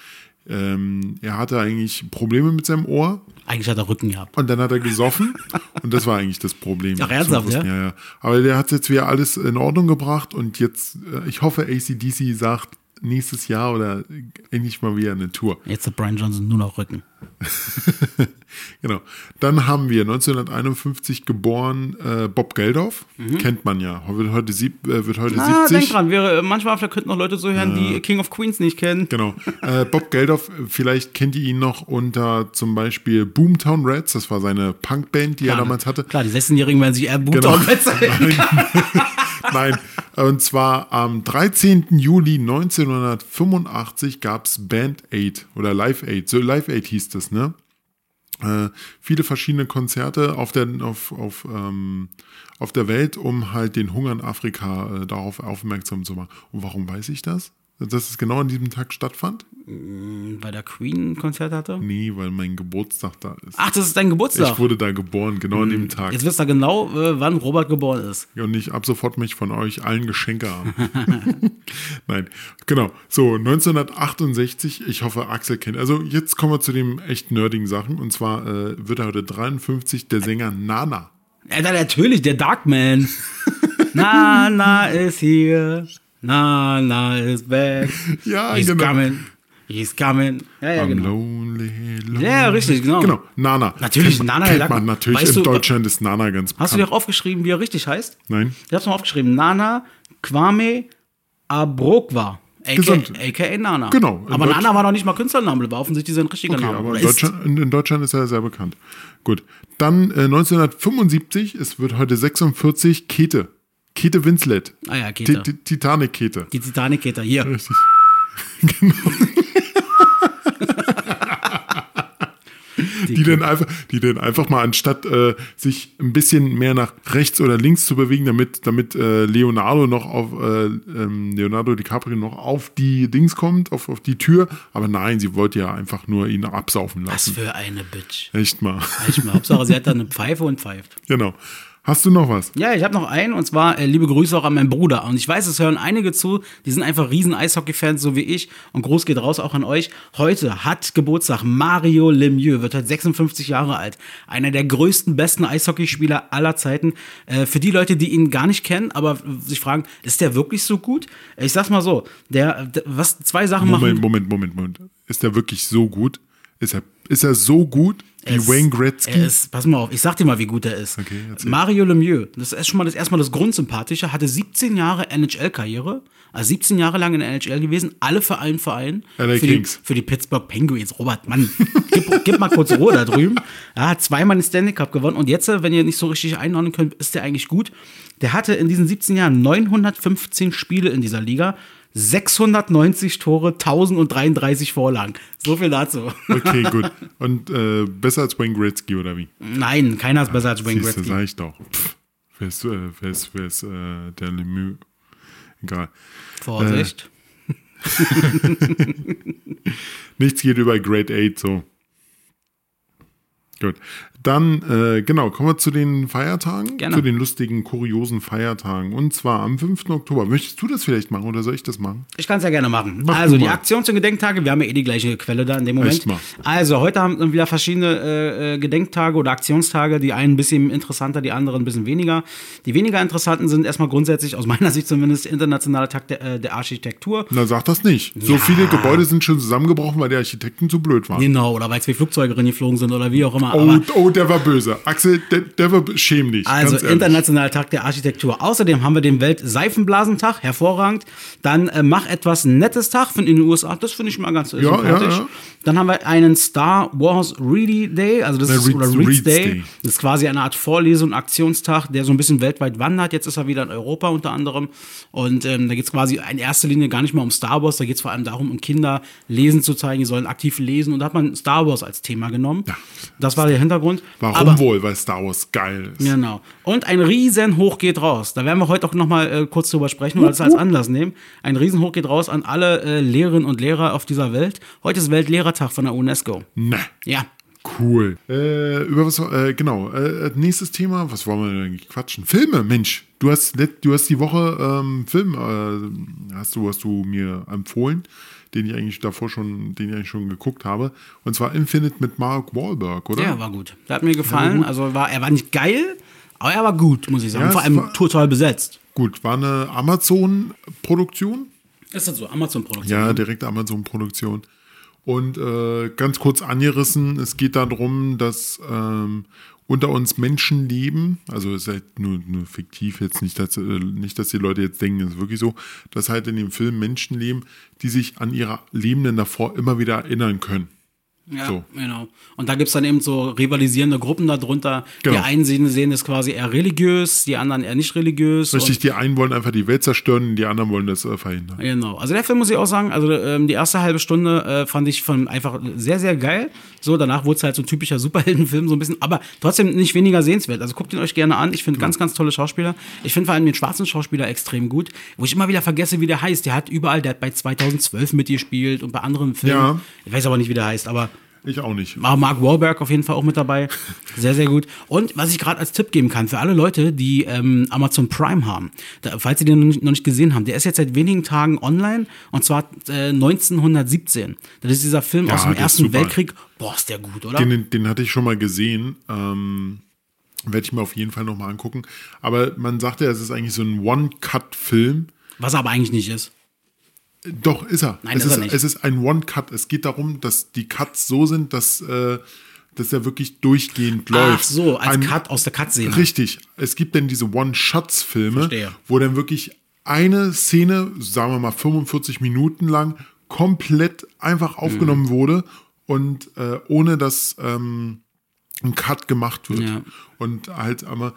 Ähm, er hatte eigentlich Probleme mit seinem Ohr Eigentlich hat er Rücken gehabt. und dann hat er gesoffen und das war eigentlich das Problem. Ach, ernsthaft, Zum Wussten, ja? ja, ja. Aber der hat jetzt wieder alles in Ordnung gebracht und jetzt, äh, ich hoffe, A C D C sagt nächstes Jahr oder endlich mal wieder eine Tour. Jetzt hat Brian Johnson nur noch Rücken. Genau. Dann haben wir neunzehnhunderteinundfünfzig geboren äh, Bob Geldof. Kennt man ja. Wird heute, sieb, äh, wird heute Ah, denk siebzig. dran, wir, manchmal vielleicht könnten noch Leute so hören, die King of Queens nicht kennen. Genau. Äh, Bob Geldof, vielleicht kennt ihr ihn noch unter zum Beispiel Boomtown Rats. Das war seine Punkband, die er damals hatte. Klar, die sechzehnjährigen werden sich eher Genau. Boomtown Rats erinnern. Nein, und zwar am dreizehnten Juli neunzehnhundertfünfundachtzig gab es Band Aid oder Live Aid. So Live Aid hieß das, ne? Äh, viele verschiedene Konzerte auf der, auf, auf, ähm, auf der Welt, um halt den Hunger in Afrika äh, darauf aufmerksam zu machen. Und warum weiß ich das? dass es genau an diesem Tag stattfand? Weil der Queen ein Konzert hatte? Nee, weil mein Geburtstag da ist. Ach, das ist dein Geburtstag? Ich wurde da geboren, genau an dem Tag. Jetzt wisst ihr genau, äh, wann Robert geboren ist. Ja, und ich ab sofort mich von euch allen Geschenke haben. Nein, genau. So, neunzehnhundertachtundsechzig, ich hoffe, Axel kennt. Also jetzt kommen wir zu den echt nerdigen Sachen. Und zwar äh, wird er heute dreiundfünfzig, der Sänger Nana. Ja, dann natürlich, der Darkman. Nana ist hier. Nana is back. Ja, He's genau. coming. He's coming. Ja, ja, I'm genau. lonely, lonely. Ja, richtig, genau. Genau, Nana. Natürlich, kennt, Nana, kennt der man Lack- natürlich. weißt In du- Deutschland ist Nana ganz bekannt. Hast du dir auch aufgeschrieben, wie er richtig heißt? Nein? Ich hab's mal aufgeschrieben. Nana Kwame Abrokwa. A K Gesund. A K A Nana. Genau. In Aber Deutsch- Nana war noch nicht mal Künstlername, das war offensichtlich sein richtiger Okay, Name. aber Oder in ist- Deutschland, in, in Deutschland ist er sehr bekannt. Gut. Dann äh, neunzehnhundertfünfundsiebzig, es wird heute sechsundvierzig, Käthe. Käthe Winslet. Ah ja, Käthe. Ti- Ti- Titanic-Käthe. Die Titanic-Keter hier. Richtig. Genau. Die dann einfach, die dann einfach mal anstatt äh, sich ein bisschen mehr nach rechts oder links zu bewegen, damit, damit äh, Leonardo noch auf äh, ähm, Leonardo DiCaprio noch auf die Dings kommt, auf, auf die Tür. Aber nein, sie wollte ja einfach nur ihn absaufen Was lassen. für eine Bitch. Echt mal. Echt mal. Hauptsache, sie hat da eine Pfeife und pfeift. Genau. Hast du noch was? Ja, ich habe noch einen und zwar äh, liebe Grüße auch an meinen Bruder. Und ich weiß, es hören einige zu, die sind einfach riesen Eishockey-Fans, so wie ich. Und Gruß geht raus auch an euch. Heute hat Geburtstag Mario Lemieux, wird heute sechsundfünfzig Jahre alt. Einer der größten, besten Eishockeyspieler aller Zeiten. Äh, für die Leute, die ihn gar nicht kennen, aber sich fragen, ist der wirklich so gut? Ich sag's mal so, der, der was zwei Sachen Moment, machen. Moment, Moment, Moment. Ist er wirklich so gut? Ist er, ist er so gut wie Es- Wayne Gretzky? Er ist, pass mal auf, ich sag dir mal, wie gut er ist. Okay, erzähl. Mario Lemieux, das ist schon mal das erstmal das Grundsympathische, hatte siebzehn Jahre N H L-Karriere, also siebzehn Jahre lang in der N H L gewesen, alle für einen Verein. L A für, die, Kings. für die Pittsburgh Penguins. Robert, Mann, gib, gib mal kurz Ruhe da drüben. Er hat zweimal den Stanley Cup gewonnen und jetzt, wenn ihr nicht so richtig einordnen könnt, ist der eigentlich gut. Der hatte in diesen siebzehn Jahren neunhundertfünfzehn Spiele in dieser Liga, sechshundertneunzig Tore, tausenddreiunddreißig Vorlagen. So viel dazu. Okay, gut. Und äh, besser als Wayne Gretzky, oder wie? Nein, keiner ist besser als Wayne Siehste, Gretzky. sag ich doch. Pff, wer ist, äh, wer ist, wer ist äh, der Lemieux? Egal. Vorsicht. Nichts geht über Grade acht, so. Gut. Dann, äh, genau, kommen wir zu den Feiertagen. Gerne. Zu den lustigen, kuriosen Feiertagen. Und zwar am fünften Oktober. Möchtest du das vielleicht machen oder soll ich das machen? Ich kann es ja gerne machen. Mach also du die mal. Aktions- und Gedenktage, wir haben ja eh die gleiche Quelle da in dem Moment. Echt mal. Also heute haben wir wieder verschiedene äh, äh, Gedenktage oder Aktionstage, die einen ein bisschen interessanter, die anderen ein bisschen weniger. Die weniger interessanten sind erstmal grundsätzlich, aus meiner Sicht zumindest, Internationaler Tag der, äh, der Architektur. Na, sag das nicht. So Ja. viele Gebäude sind schon zusammengebrochen, weil die Architekten zu blöd waren. Genau, oder weil zwei Flugzeuge geflogen sind oder wie auch immer. Oh, Aber oh, der war böse. Axel, der, der war schäm dich. Also ganz ehrlich. Internationaler Tag der Architektur. Außerdem haben wir den Weltseifenblasentag, hervorragend. Dann äh, Mach etwas Nettes Tag von in den U S A, das finde ich mal ganz äh, Ja, sympathisch. ja, ja. Dann haben wir einen Star Wars Ready Day, also das Na, ist Reeds- oder Reads Reads Day. Day. Das ist quasi eine Art Vorlese- und Aktionstag, der so ein bisschen weltweit wandert. Jetzt ist er wieder in Europa unter anderem. Und ähm, da geht es quasi in erster Linie gar nicht mal um Star Wars, da geht es vor allem darum, um Kinder lesen zu zeigen, die sollen aktiv lesen. Und da hat man Star Wars als Thema genommen. Ja. Das war der Hintergrund. Warum Aber, wohl? Weil Star Wars geil ist. Genau. Und ein Riesenhoch geht raus. Da werden wir heute auch noch mal äh, kurz drüber sprechen oder das als Anlass nehmen. Ein Riesenhoch geht raus an alle äh, Lehrerinnen und Lehrer auf dieser Welt. Heute ist Weltlehrertag von der UNESCO. Ne. Ja. Cool. Äh, über was, äh, genau, äh, nächstes Thema, was wollen wir denn eigentlich quatschen? Filme, Mensch, du hast, let- du hast die Woche ähm, Film, äh, hast du, hast du mir empfohlen, den ich eigentlich davor schon, den ich eigentlich schon geguckt habe, und zwar Infinite mit Mark Wahlberg, oder? Der war gut. Der hat mir gefallen. gut. Also war, er war nicht geil, aber er war gut, muss ich sagen. Ja, Vor es allem war- total besetzt. Gut, war eine Amazon-Produktion, Ist das so? Amazon-Produktion. ja, direkte Amazon-Produktion. Und äh, ganz kurz angerissen, es geht darum, dass ähm, unter uns Menschen leben, also es ist halt nur, nur fiktiv, jetzt nicht dass, äh, nicht, dass die Leute jetzt denken, es ist wirklich so, dass halt in dem Film Menschen leben, die sich an ihre Lebenden davor immer wieder erinnern können. Ja, so. genau. Und da gibt es dann eben so rivalisierende Gruppen darunter. Genau. Die einen sehen, sehen es quasi eher religiös, die anderen eher nicht religiös. Richtig, und die einen wollen einfach die Welt zerstören, die anderen wollen das äh, verhindern. Genau. Also der Film, muss ich auch sagen, also ähm, die erste halbe Stunde äh, fand ich von einfach sehr, sehr geil. So, danach wurde es halt so ein typischer Superheldenfilm, so ein bisschen, aber trotzdem nicht weniger sehenswert. Also guckt ihn euch gerne an. Ich finde ganz, ganz tolle Schauspieler. Ich finde vor allem den schwarzen Schauspieler extrem gut, wo ich immer wieder vergesse, wie der heißt. Der hat überall, der hat bei zweitausendzwölf mitgespielt und bei anderen Filmen. Ja. Ich weiß aber nicht, wie der heißt, aber Ich auch nicht. Mark Wahlberg auf jeden Fall auch mit dabei. Sehr, sehr gut. Und was ich gerade als Tipp geben kann, für alle Leute, die ähm, Amazon Prime haben, da, falls sie den noch nicht, noch nicht gesehen haben, der ist jetzt seit wenigen Tagen online und zwar äh, neunzehnhundertsiebzehn. Das ist dieser Film Ja, aus dem der ist Ersten super. Weltkrieg. Boah, ist der gut, oder? Den, den hatte ich schon mal gesehen. Ähm, werde ich mir auf jeden Fall nochmal angucken. Aber man sagt ja, es ist eigentlich so ein One-Cut-Film. Was er aber eigentlich nicht ist. Doch, ist er. Nein, es ist ist, er nicht. Es ist ein One-Cut. Es geht darum, dass die Cuts so sind, dass, äh, dass er wirklich durchgehend läuft. Ach so, als ein, Cut aus der Cut-Szene. Richtig. Es gibt dann diese One-Shots-Filme, Verstehe. wo dann wirklich eine Szene, sagen wir mal fünfundvierzig Minuten lang, komplett einfach aufgenommen Mhm. wurde und äh, ohne dass ähm, ein Cut gemacht wird. Ja. Und halt aber,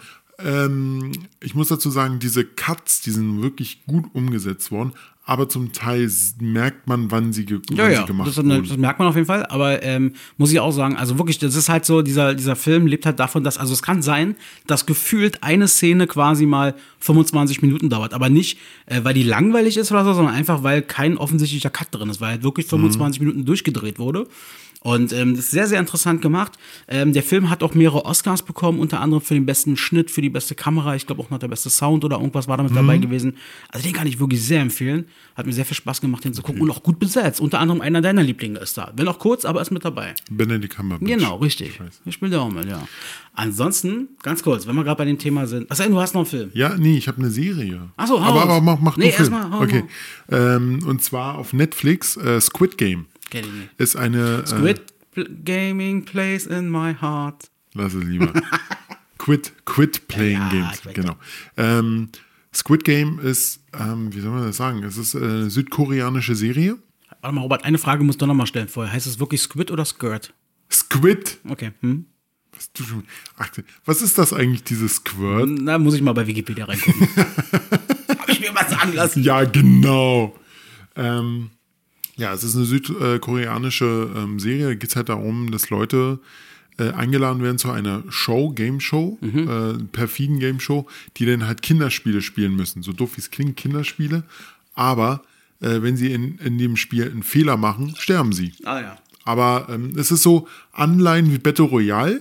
ähm, ich muss dazu sagen, diese Cuts, die sind wirklich gut umgesetzt worden, aber zum Teil s- merkt man, wann sie, ge Ja, wann ja, sie gemacht das, ist eine, wurden. das merkt man auf jeden Fall, aber ähm, muss ich auch sagen, also wirklich, das ist halt so, dieser, dieser Film lebt halt davon, dass, also es kann sein, dass gefühlt eine Szene quasi mal fünfundzwanzig Minuten dauert, aber nicht, äh, weil die langweilig ist oder so, sondern einfach, weil kein offensichtlicher Cut drin ist, weil halt wirklich fünfundzwanzig Minuten durchgedreht wurde. Und ähm, das ist sehr, sehr interessant gemacht. Ähm, der Film hat auch mehrere Oscars bekommen, unter anderem für den besten Schnitt, für die beste Kamera. Ich glaube auch noch der beste Sound oder irgendwas war damit dabei gewesen. Also den kann ich wirklich sehr empfehlen. Hat mir sehr viel Spaß gemacht, den zu gucken und auch gut besetzt. Unter anderem einer deiner Lieblinge ist da. Wenn auch kurz, aber ist mit dabei. Benedict Cumberbatch. Genau, richtig. weiß. Ich spiele da auch mit, ja. Ansonsten, ganz kurz, wenn wir gerade bei dem Thema sind. Achso, du hast noch einen Film. Ja, nee, ich habe eine Serie. Ach so, hau aber, raus. aber mach, mach Nee, du Film. erst mal, hau Okay. Ähm, und zwar auf Netflix äh, Squid Game. Kenn ich nicht. Ist eine. Squid Pl- Gaming plays in my heart. Äh, lass es lieber. Quit, quit playing Ja, ja, games. ich weiß. Genau. Ähm, Squid Game ist, ähm, wie soll man das sagen? Es ist eine südkoreanische Serie. Warte mal, Robert, eine Frage musst du noch mal stellen vorher. Heißt es wirklich Squid oder Skirt? Squid. Okay. Hm? Was, du schon, ach, was ist das eigentlich, dieses Squirt? Na, muss ich mal bei Wikipedia reingucken. Hab ich mir mal sagen lassen. Ja, genau. Ähm, ja, es ist eine südkoreanische ähm, Serie. Da geht es halt darum, dass Leute äh, eingeladen werden zu einer Show, Game Show, Mhm. äh, perfiden Game Show, die dann halt Kinderspiele spielen müssen. So doof wie es klingt, Kinderspiele. Aber äh, wenn sie in, in dem Spiel einen Fehler machen, sterben sie. Ah ja. Aber ähm, es ist so Anleihen wie Battle Royale.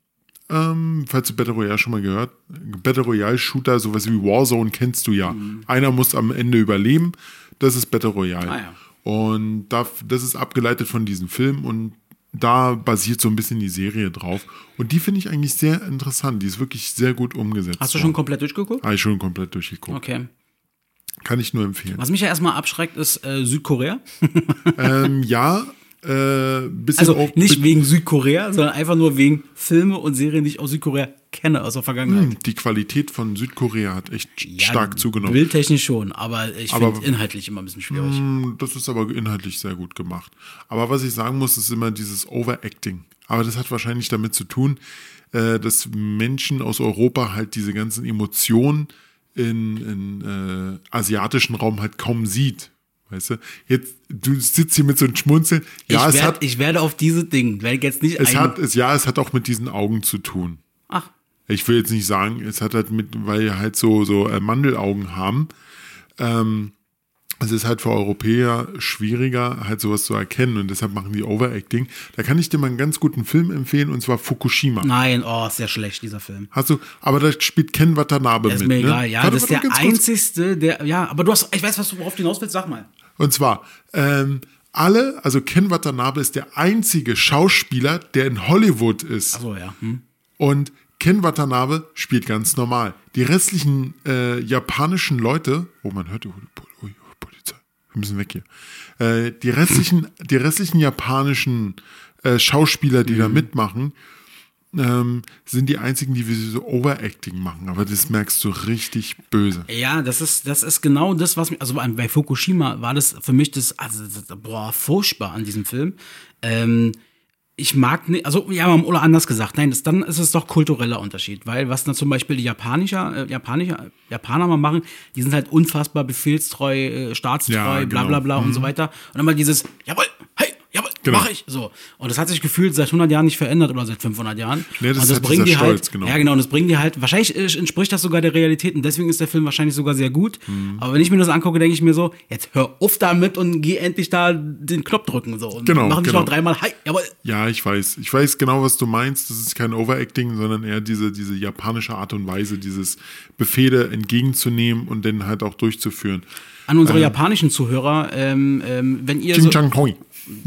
Ähm, falls du Battle Royale schon mal gehört. Battle Royale Shooter, sowas wie Warzone kennst du ja. Mhm. Einer muss am Ende überleben. Das ist Battle Royale. Ah, ja. Und da, das ist abgeleitet von diesem Film und da basiert so ein bisschen die Serie drauf. Und die finde ich eigentlich sehr interessant. Die ist wirklich sehr gut umgesetzt. Hast du schon komplett durchgeguckt? Habe ich schon komplett durchgeguckt. Okay. Kann ich nur empfehlen. Was mich ja erstmal abschreckt, ist äh, Südkorea. ähm, ja, äh, bisschen Also auch nicht wegen Südkorea, sondern einfach nur wegen Filme und Serien, die ich aus Südkorea kenne, aus der Vergangenheit. die Qualität von Südkorea hat echt Ja, stark zugenommen. Bildtechnisch schon, aber ich Aber- finde inhaltlich immer ein bisschen schwierig. Mm, Das ist aber inhaltlich sehr gut gemacht. Aber was ich sagen muss, ist immer dieses Overacting. Aber das hat wahrscheinlich damit zu tun, äh, dass Menschen aus Europa halt diese ganzen Emotionen in, in äh, asiatischen Raum halt kaum sieht. Weißt du? Jetzt, du sitzt hier mit so einem Schmunzeln. Ja, ich, es werd, hat, ich werde auf diese Dinge, werde ich jetzt nicht es ein... hat, es, ja, es hat auch mit diesen Augen zu tun. Ach, Ich will jetzt nicht sagen, es hat halt mit, weil wir halt so, so äh, Mandelaugen haben. Ähm, es ist halt für Europäer schwieriger, halt sowas zu erkennen und deshalb machen die Overacting. Da kann ich dir mal einen ganz guten Film empfehlen und zwar Fukushima. nein, oh, ist sehr schlecht, dieser Film. Hast du, aber da spielt Ken Watanabe Ist mit. mir ne? egal, ja, Warte, das ist warte, der ganz kurz. einzigste, der, ja, aber du hast, ich weiß, was du, worauf du hinaus willst, sag mal. Und zwar, ähm, alle, also Ken Watanabe ist der einzige Schauspieler, der in Hollywood ist. Achso, ja. Hm. Und Ken Watanabe spielt ganz normal. Die restlichen äh, japanischen Leute, oh, man hört die Pol- oh, Polizei, wir müssen weg hier. Äh, die restlichen, die restlichen japanischen äh, Schauspieler, die Mhm. da mitmachen, ähm, sind die einzigen, die wie so Overacting machen. Aber das merkst du richtig böse. Ja, das ist, das ist genau das, was mich, also bei bei Fukushima war das für mich das, also, das boah, furchtbar an diesem Film. Ähm, ich mag nicht, also ja, oder anders gesagt, nein, das, dann ist es doch kultureller Unterschied, weil was dann zum Beispiel die Japanischer, äh, Japanischer, Japaner mal machen, die sind halt unfassbar befehlstreu, äh, staatstreu, Ja, bla genau. bla bla Mhm. und so weiter. Und dann mal dieses, jawohl, hey, jawohl, Genau. mach ich, so. Und das hat sich gefühlt seit hundert Jahren nicht verändert oder seit fünfhundert Jahren. Nee, das und ist das halt bringt dieser die halt, Stolz, genau. ja genau, und das bringt die halt, wahrscheinlich äh, entspricht das sogar der Realität und deswegen ist der Film wahrscheinlich sogar sehr gut. Mhm. Aber wenn ich mir das angucke, denke ich mir so, jetzt hör auf damit und geh endlich da den Knopf drücken, so. Und Genau, mach nicht genau. noch dreimal, hey, jawohl. Ja, ich weiß. Ich weiß genau, was du meinst. Das ist kein Overacting, sondern eher diese, diese japanische Art und Weise, dieses Befehle entgegenzunehmen und dann halt auch durchzuführen. An unsere japanischen Zuhörer, ähm, ähm, wenn ihr so, Ching Chang Hoi.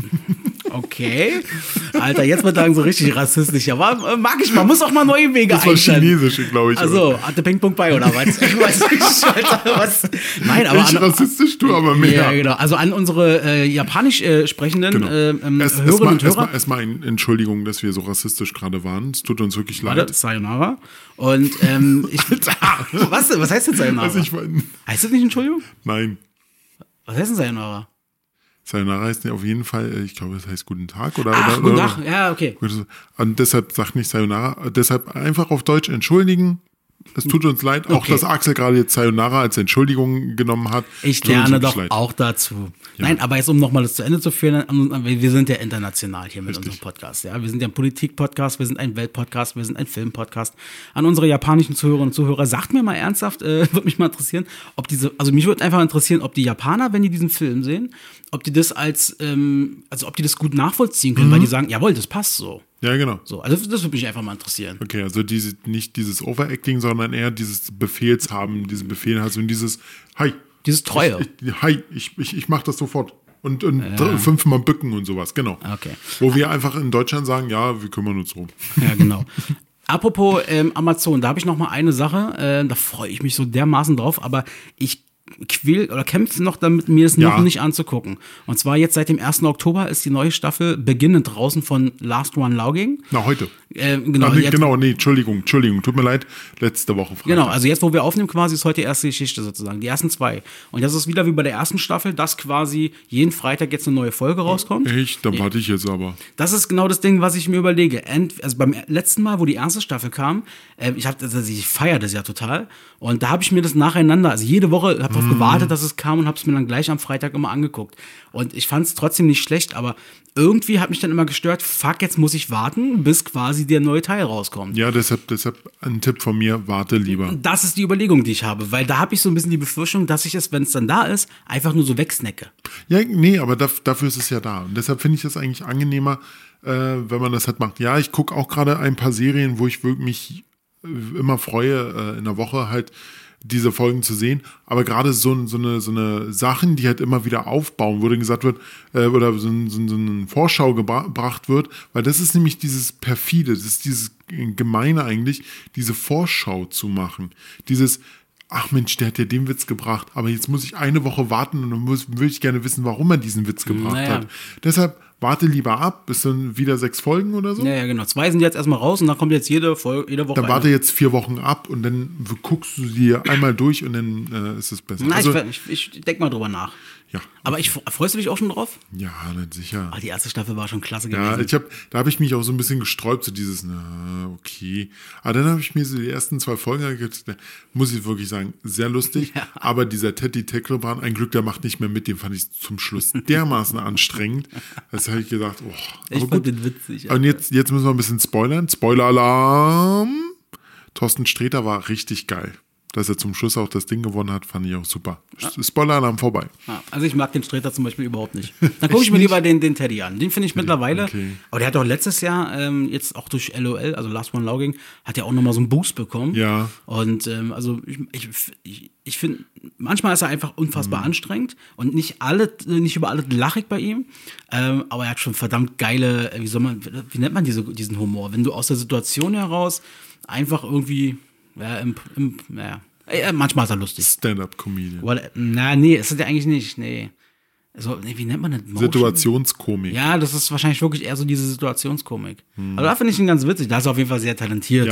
okay, Alter, jetzt wird dann so richtig rassistisch, aber äh, mag ich, man muss auch mal neue Wege Das war einstellen. Chinesisch, glaube ich. Also, hatte Ping Pong bei oder was? Ich weiß nicht, Alter, was? Nein, aber Nicht an, rassistisch, du aber mehr. ja, genau. Also an unsere äh, japanisch äh, sprechenden Genau. äh, ähm, Erst, Hörerinnen erstmal, und Hörer. erstmal, erstmal ein Entschuldigung, dass wir so rassistisch gerade waren. Es tut uns wirklich Warte, leid. Sayonara. Und ähm, ich, was, was heißt denn Sayonara? Also ich, mein- Heißt das nicht Entschuldigung? nein. Was heißt denn Sayonara? Sayonara heißt ja auf jeden Fall, äh, ich glaube, es heißt Guten Tag oder. Ach, oder, guten oder, Tag. Ja, okay. Und deshalb sagt nicht Sayonara. Deshalb einfach auf Deutsch entschuldigen. Es tut uns leid, auch Okay. dass Axel gerade jetzt Sayonara als Entschuldigung genommen hat. Ich Tut uns lerne wirklich doch leid. auch dazu. Nein, aber jetzt um nochmal das zu Ende zu führen, wir sind ja international hier mit Richtig. unserem Podcast. Ja? Wir sind ja ein Politik-Podcast, wir sind ein Welt-Podcast, wir sind ein Film-Podcast. An unsere japanischen Zuhörerinnen und Zuhörer, sagt mir mal ernsthaft, äh, würde mich mal interessieren, ob diese, also mich würde einfach interessieren, ob die Japaner, wenn die diesen Film sehen, ob die das als, ähm, also ob die das gut nachvollziehen können, Mhm. weil die sagen, jawohl, das passt so. Ja, genau. So, also das würde mich einfach mal interessieren. Okay, also diese, nicht dieses Overacting, sondern eher dieses Befehlshaben, diese Befehl hast und dieses Hi. Dieses Treue. Ich, hi, ich, ich, ich mach das sofort. Und, und dr- fünfmal bücken und sowas, genau. Okay. Wo wir einfach in Deutschland sagen, ja, wir kümmern uns drum. Ja, genau. Apropos ähm, Amazon, da habe ich noch mal eine Sache, äh, da freue ich mich so dermaßen drauf, aber ich quäl oder kämpfe noch damit, mir es Ja. noch nicht anzugucken. Und zwar jetzt seit dem ersten Oktober ist die neue Staffel beginnend draußen von Last One Logging. Na, heute. Äh, genau, Ach, nee, jetzt, genau, nee, Entschuldigung, Entschuldigung, tut mir leid. Letzte Woche Freitag. Genau, also jetzt, wo wir aufnehmen quasi, ist heute die erste Geschichte sozusagen, die ersten zwei. Und das ist wieder wie bei der ersten Staffel, dass quasi jeden Freitag jetzt eine neue Folge rauskommt. Echt? Dann warte ich jetzt aber. Das ist genau das Ding, was ich mir überlege. Ent, also beim letzten Mal, wo die erste Staffel kam, äh, ich, hab, also ich feiere das ja total. Und da habe ich mir das nacheinander, also jede Woche, habe darauf gewartet, dass es kam und habe es mir dann gleich am Freitag immer angeguckt. Und ich fand es trotzdem nicht schlecht, aber irgendwie hat mich dann immer gestört, fuck, jetzt muss ich warten, bis quasi der neue Teil rauskommt. Ja, deshalb, deshalb ein Tipp von mir, warte lieber. Das ist die Überlegung, die ich habe, weil da habe ich so ein bisschen die Befürchtung, dass ich es, wenn es dann da ist, einfach nur so wegsnacke. Ja, nee, aber daf- dafür ist es ja da. Und deshalb finde ich es eigentlich angenehmer, äh, wenn man das halt macht. Ja, ich gucke auch gerade ein paar Serien, wo ich wirklich mich äh, immer freue, äh, in der Woche halt diese Folgen zu sehen. Aber gerade so, so, eine, so eine Sachen, die halt immer wieder aufbauen, wo dann gesagt wird, äh, oder so, ein- so, ein- so eine Vorschau gebra- gebracht wird, weil das ist nämlich dieses perfide, das ist dieses Gemeine eigentlich, diese Vorschau zu machen. Dieses, ach Mensch, der hat ja den Witz gebracht, aber jetzt muss ich eine Woche warten und dann muss, will ich gerne wissen, warum er diesen Witz gebracht Naja. hat. Deshalb warte lieber ab, bis dann wieder sechs Folgen oder so. Ja, ja, genau. Zwei sind jetzt erstmal raus und dann kommt jetzt jede, Folge, jede Woche Dann eine. warte jetzt vier Wochen ab und dann guckst du dir einmal durch und dann äh, ist es besser. Na, also, ich, ich, ich denk mal drüber nach. ja, Aber ich, freust du dich auch schon drauf? ja, nicht sicher. Ah, die erste Staffel war schon klasse Ja, gewesen. ich hab, da habe ich mich auch so ein bisschen gesträubt, so dieses, na, okay. Aber dann habe ich mir so die ersten zwei Folgen angeguckt, da muss ich wirklich sagen, sehr lustig. Ja. Aber dieser Teddy Tecklebrand, ein Glück, der macht nicht mehr mit, den fand ich zum Schluss dermaßen anstrengend. Das habe ich gedacht, oh, ich aber fand gut. den witzig. Und jetzt, jetzt müssen wir ein bisschen spoilern. Spoiler-Alarm. Thorsten Sträter war richtig geil. Dass er zum Schluss auch das Ding gewonnen hat, fand ich auch super. Spoiler-Alarm vorbei. Ja, also ich mag den Streter zum Beispiel überhaupt nicht. Dann gucke ich mir lieber den, den Teddy an. Den finde ich mittlerweile. okay. Aber der hat auch letztes Jahr, ähm, jetzt auch durch L O L, also Last One Logging, hat ja auch nochmal so einen Boost bekommen. Ja. Und ähm, also ich, ich, ich, ich finde, manchmal ist er einfach unfassbar anstrengend und nicht alle, nicht über alles lachig bei ihm. Ähm, aber er hat schon verdammt geile, äh, wie soll man, wie nennt man diese, diesen Humor? Wenn du aus der Situation heraus einfach irgendwie, ja, im, im, naja, äh, manchmal ist er lustig. Stand-up-Comedian. Weil, na, nee, ist das ja eigentlich nicht, nee. Also, nee, wie nennt man das? Motion? Situationskomik. Ja, das ist wahrscheinlich wirklich eher so diese Situationskomik. Also da finde ich ihn ganz witzig. Da ist er auf jeden Fall sehr talentiert. Ja,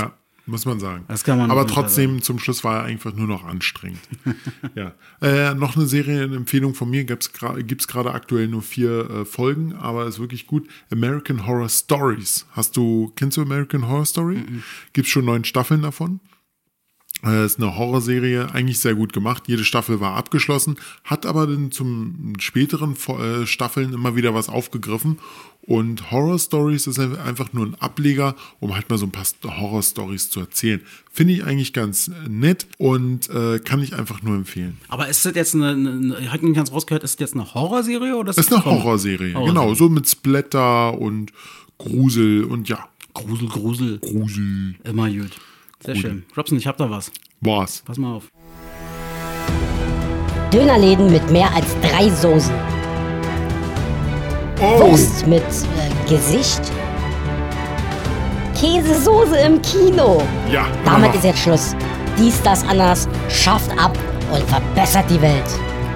muss man sagen. Das kann man Aber trotzdem, zum Schluss war er einfach nur noch anstrengend. ja. Äh, noch eine Serienempfehlung von mir, gibt es gerade aktuell nur vier äh, Folgen, aber ist wirklich gut. American Horror Stories. Hast du, kennst du American Horror Story? Mhm. Gibt es schon neun Staffeln davon? Das ist eine Horrorserie, eigentlich sehr gut gemacht. Jede Staffel war abgeschlossen, hat aber dann zum späteren äh, Staffeln immer wieder was aufgegriffen. Und Horror Stories ist einfach nur ein Ableger, um halt mal so ein paar Horror Stories zu erzählen. Finde ich eigentlich ganz nett und äh, kann ich einfach nur empfehlen. Aber ist das jetzt eine, eine ich habe nicht ganz rausgehört, ist das jetzt eine Horrorserie? Oder ist das ist eine Horrorserie, Horror genau. So mit Splatter und Grusel und ja. Grusel, Grusel. Grusel. Immer gut. Sehr Grusel. Schön. Robson, ich hab da was. Was? Pass mal auf. Dönerläden mit mehr als drei Soßen. Oh. Wurst mit äh, Gesicht. Käsesoße im Kino. Ja. Damit ist jetzt Schluss. Dies, das, anders schafft ab und verbessert die Welt.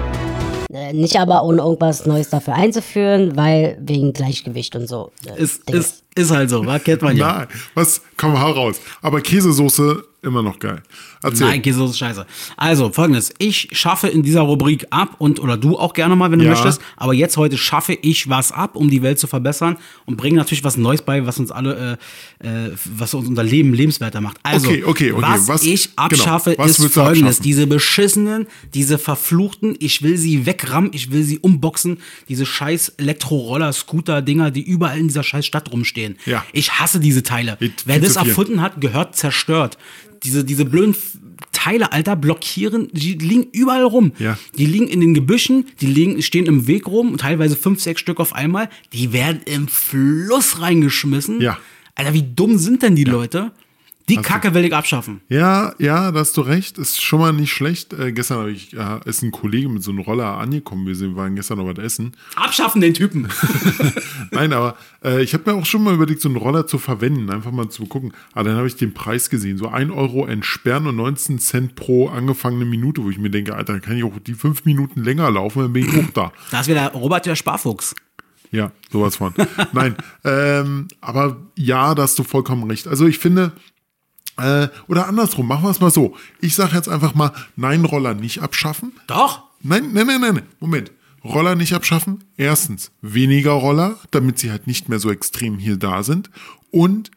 Äh, nicht aber ohne irgendwas Neues dafür einzuführen, weil wegen Gleichgewicht und so. Äh, ist, ist, ist halt so, was kennt man ja. Nein, was, komm, hau raus. Aber Käsesoße immer noch geil. Erzähl. Nein, Käsesoße ist scheiße. Also, folgendes. Ich schaffe in dieser Rubrik ab und, oder du auch gerne mal, wenn du ja. möchtest. Aber jetzt heute schaffe ich was ab, um die Welt zu verbessern und bringe natürlich was Neues bei, was uns alle, äh, äh, was uns unser Leben lebenswerter macht. Also, okay, okay, okay. was, was ich abschaffe, genau. was ist folgendes. Abschaffen? Diese beschissenen, diese verfluchten, ich will sie wegrammen, ich will sie umboxen, diese scheiß Elektroroller-Scooter-Dinger, die überall in dieser scheiß Stadt rumstehen. Ja. Ich hasse diese Teile. Mit Wer das erfunden hat, gehört zerstört. Diese, diese blöden Teile, Alter, blockieren, die liegen überall rum. Ja. Die liegen in den Gebüschen, die liegen, stehen im Weg rum, teilweise fünf, sechs Stück auf einmal. Die werden im Fluss reingeschmissen. Ja. Alter, wie dumm sind denn die ja. Leute? Die hast Kacke du, will ich abschaffen. Ja, ja, da hast du recht. Ist schon mal nicht schlecht. Äh, gestern habe ich, äh, ist ein Kollege mit so einem Roller angekommen. Wir waren gestern noch was essen. Abschaffen den Typen. Nein, aber äh, ich habe mir auch schon mal überlegt, so einen Roller zu verwenden. Einfach mal zu gucken. Aber dann habe ich den Preis gesehen. So ein Euro entsperren und neunzehn Cent pro angefangene Minute, wo ich mir denke, Alter, kann ich auch die fünf Minuten länger laufen, dann bin ich auch da. Da ist wieder Robert der Sparfuchs. Ja, sowas von. Nein, ähm, aber ja, da hast du vollkommen recht. Also ich finde, Äh, oder andersrum, machen wir es mal so. Ich sage jetzt einfach mal, nein, Roller nicht abschaffen. Doch. Nein, nein, nein, nein, Moment. Roller nicht abschaffen. Erstens, weniger Roller, damit sie halt nicht mehr so extrem hier da sind. Und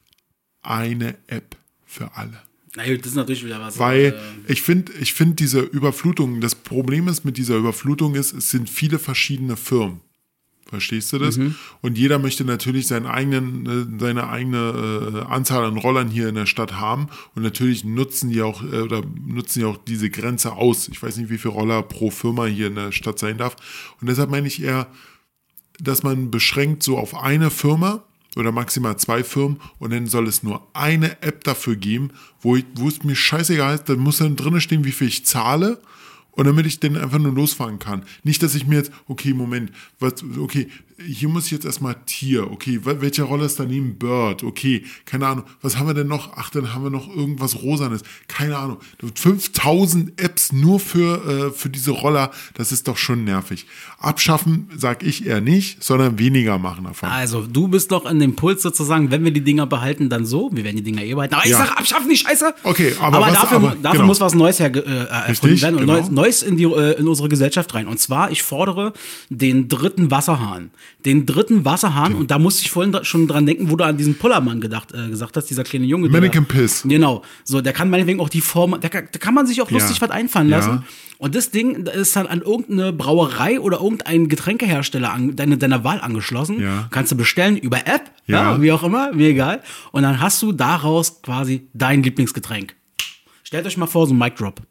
eine App für alle. Na gut, das ist natürlich wieder was. Weil äh, ich finde, ich finde diese Überflutung, das Problem ist mit dieser Überflutung ist, es sind viele verschiedene Firmen. Verstehst du das? Mhm. Und jeder möchte natürlich seinen eigenen, seine eigene äh, Anzahl an Rollern hier in der Stadt haben. Und natürlich nutzen die auch äh, oder nutzen die auch diese Grenze aus. Ich weiß nicht, wie viele Roller pro Firma hier in der Stadt sein darf. Und deshalb meine ich eher, dass man beschränkt so auf eine Firma oder maximal zwei Firmen und dann soll es nur eine App dafür geben, wo, ich, wo es mir scheißegal ist, da muss dann drin stehen, wie viel ich zahle. Und damit ich dann einfach nur losfahren kann. Nicht, dass ich mir jetzt, okay, Moment, was, okay, hier muss ich jetzt erstmal Tier, okay, welche Rolle ist daneben Bird, okay, keine Ahnung, was haben wir denn noch? Ach, dann haben wir noch irgendwas Rosanes, keine Ahnung. fünftausend Apps nur für, äh, für diese Roller, das ist doch schon nervig. Abschaffen, sag ich eher nicht, sondern weniger machen davon. Also, du bist doch an dem Puls sozusagen, wenn wir die Dinger behalten, dann so, wir werden die Dinger eh behalten. Aber ja. ich sag, abschaffen die Scheiße. Okay, aber, aber was, dafür, aber, dafür genau. muss was Neues her, äh, erfunden werden und genau. Neues, Neues in, die, äh, in unsere Gesellschaft rein. Und zwar, ich fordere den dritten Wasserhahn. Den dritten Wasserhahn, und da musste ich vorhin schon dran denken, wo du an diesen Pullermann gedacht, äh, gesagt hast, dieser kleine Junge. Mannequin Piss. Genau. So, der kann meinetwegen auch die Form, da kann, da kann man sich auch lustig ja. was einfallen lassen. Ja. Und das Ding ist dann an irgendeine Brauerei oder irgendein Getränkehersteller an, deine, deiner Wahl angeschlossen. Ja. Kannst du bestellen über App, ja. ja, wie auch immer, mir egal. Und dann hast du daraus quasi dein Lieblingsgetränk. Stellt euch mal vor, so ein Mic Drop.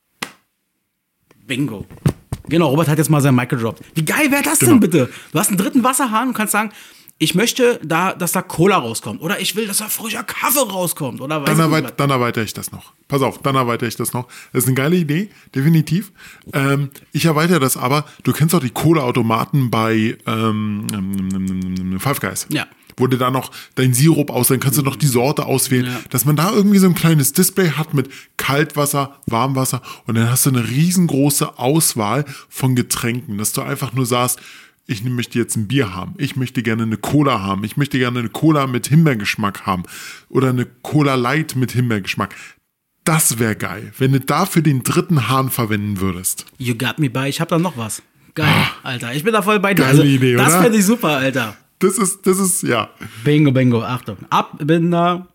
Bingo. Genau, Robert hat jetzt mal sein Mic gedroppt. Wie geil wäre das genau. denn bitte? Du hast einen dritten Wasserhahn und kannst sagen, ich möchte, da, dass da Cola rauskommt. Oder ich will, dass da frischer Kaffee rauskommt. Oder weiß dann, ich erweit- dann erweitere ich das noch. Pass auf, dann erweitere ich das noch. Das ist eine geile Idee, definitiv. Ähm, ich erweitere das aber. Du kennst doch die Cola-Automaten bei ähm, ähm, Five Guys. Ja. Wo du da noch dein Sirup aus, dann kannst du noch die Sorte auswählen, ja. dass man da irgendwie so ein kleines Display hat mit Kaltwasser, Warmwasser und dann hast du eine riesengroße Auswahl von Getränken, dass du einfach nur sagst, ich möchte jetzt ein Bier haben, ich möchte gerne eine Cola haben, ich möchte gerne eine Cola mit Himbeergeschmack haben oder eine Cola Light mit Himbeergeschmack. Das wäre geil, wenn du dafür den dritten Hahn verwenden würdest. You got me by, ich hab da noch was. Geil, ah, Alter, ich bin da voll bei dir. Geile also, Idee, das oder? Das fände ich super, Alter. Das ist, das ist, ja. Bingo, bingo, Achtung. Ab, bin da.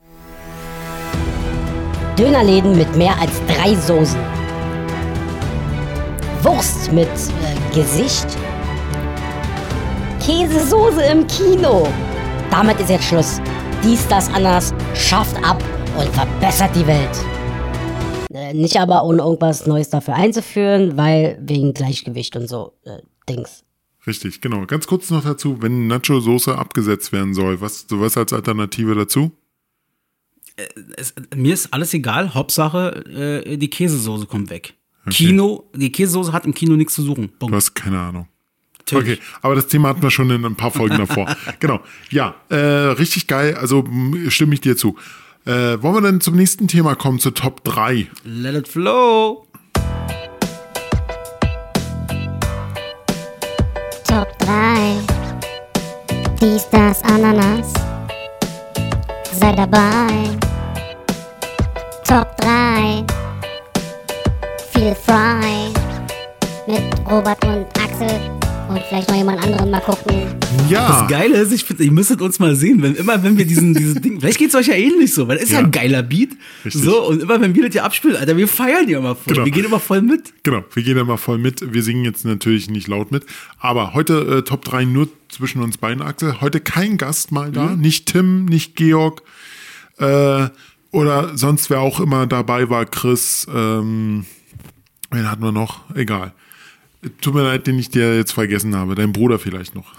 Dönerläden mit mehr als drei Soßen. Wurst mit äh, Gesicht. Käsesoße im Kino. Damit ist jetzt Schluss. Dies, das, Ananas schafft ab und verbessert die Welt. Äh, nicht aber ohne irgendwas Neues dafür einzuführen, weil wegen Gleichgewicht und so äh, Dings. Richtig, genau. Ganz kurz noch dazu, wenn Nacho-Soße abgesetzt werden soll, was, was als Alternative dazu? Es, mir ist alles egal, Hauptsache äh, die Käsesoße kommt weg. Okay. Kino, die Käsesoße hat im Kino nichts zu suchen. Punkt. Du hast keine Ahnung. Natürlich. Okay, aber das Thema hatten wir schon in ein paar Folgen davor. Genau, ja, äh, richtig geil, also stimme ich dir zu. Äh, wollen wir dann zum nächsten Thema kommen, zur Top drei? Let it flow. Top drei. Dies, das, Ananas. Sei dabei. Top drei. Feel frei. Mit Robert und Axel. Und vielleicht noch jemand anderen mal gucken. Ja. Das Geile ist, ich finde, ihr müsstet uns mal sehen, wenn immer, wenn wir diesen, dieses Ding, vielleicht geht's euch ja ähnlich so, weil es ist ja. ja ein geiler Beat. Richtig. So, und immer wenn wir das hier abspielen, Alter, wir feiern ja immer voll. Genau. Wir gehen immer voll mit. Genau, wir gehen immer voll mit. Wir singen jetzt natürlich nicht laut mit. Aber heute äh, Top drei nur zwischen uns beiden, Axel. Heute kein Gast mal da. Mhm. Nicht Tim, nicht Georg. Äh, oder sonst wer auch immer dabei war, Chris. Ähm, wen hatten wir noch? Egal. Tut mir leid, den ich dir jetzt vergessen habe. Dein Bruder vielleicht noch.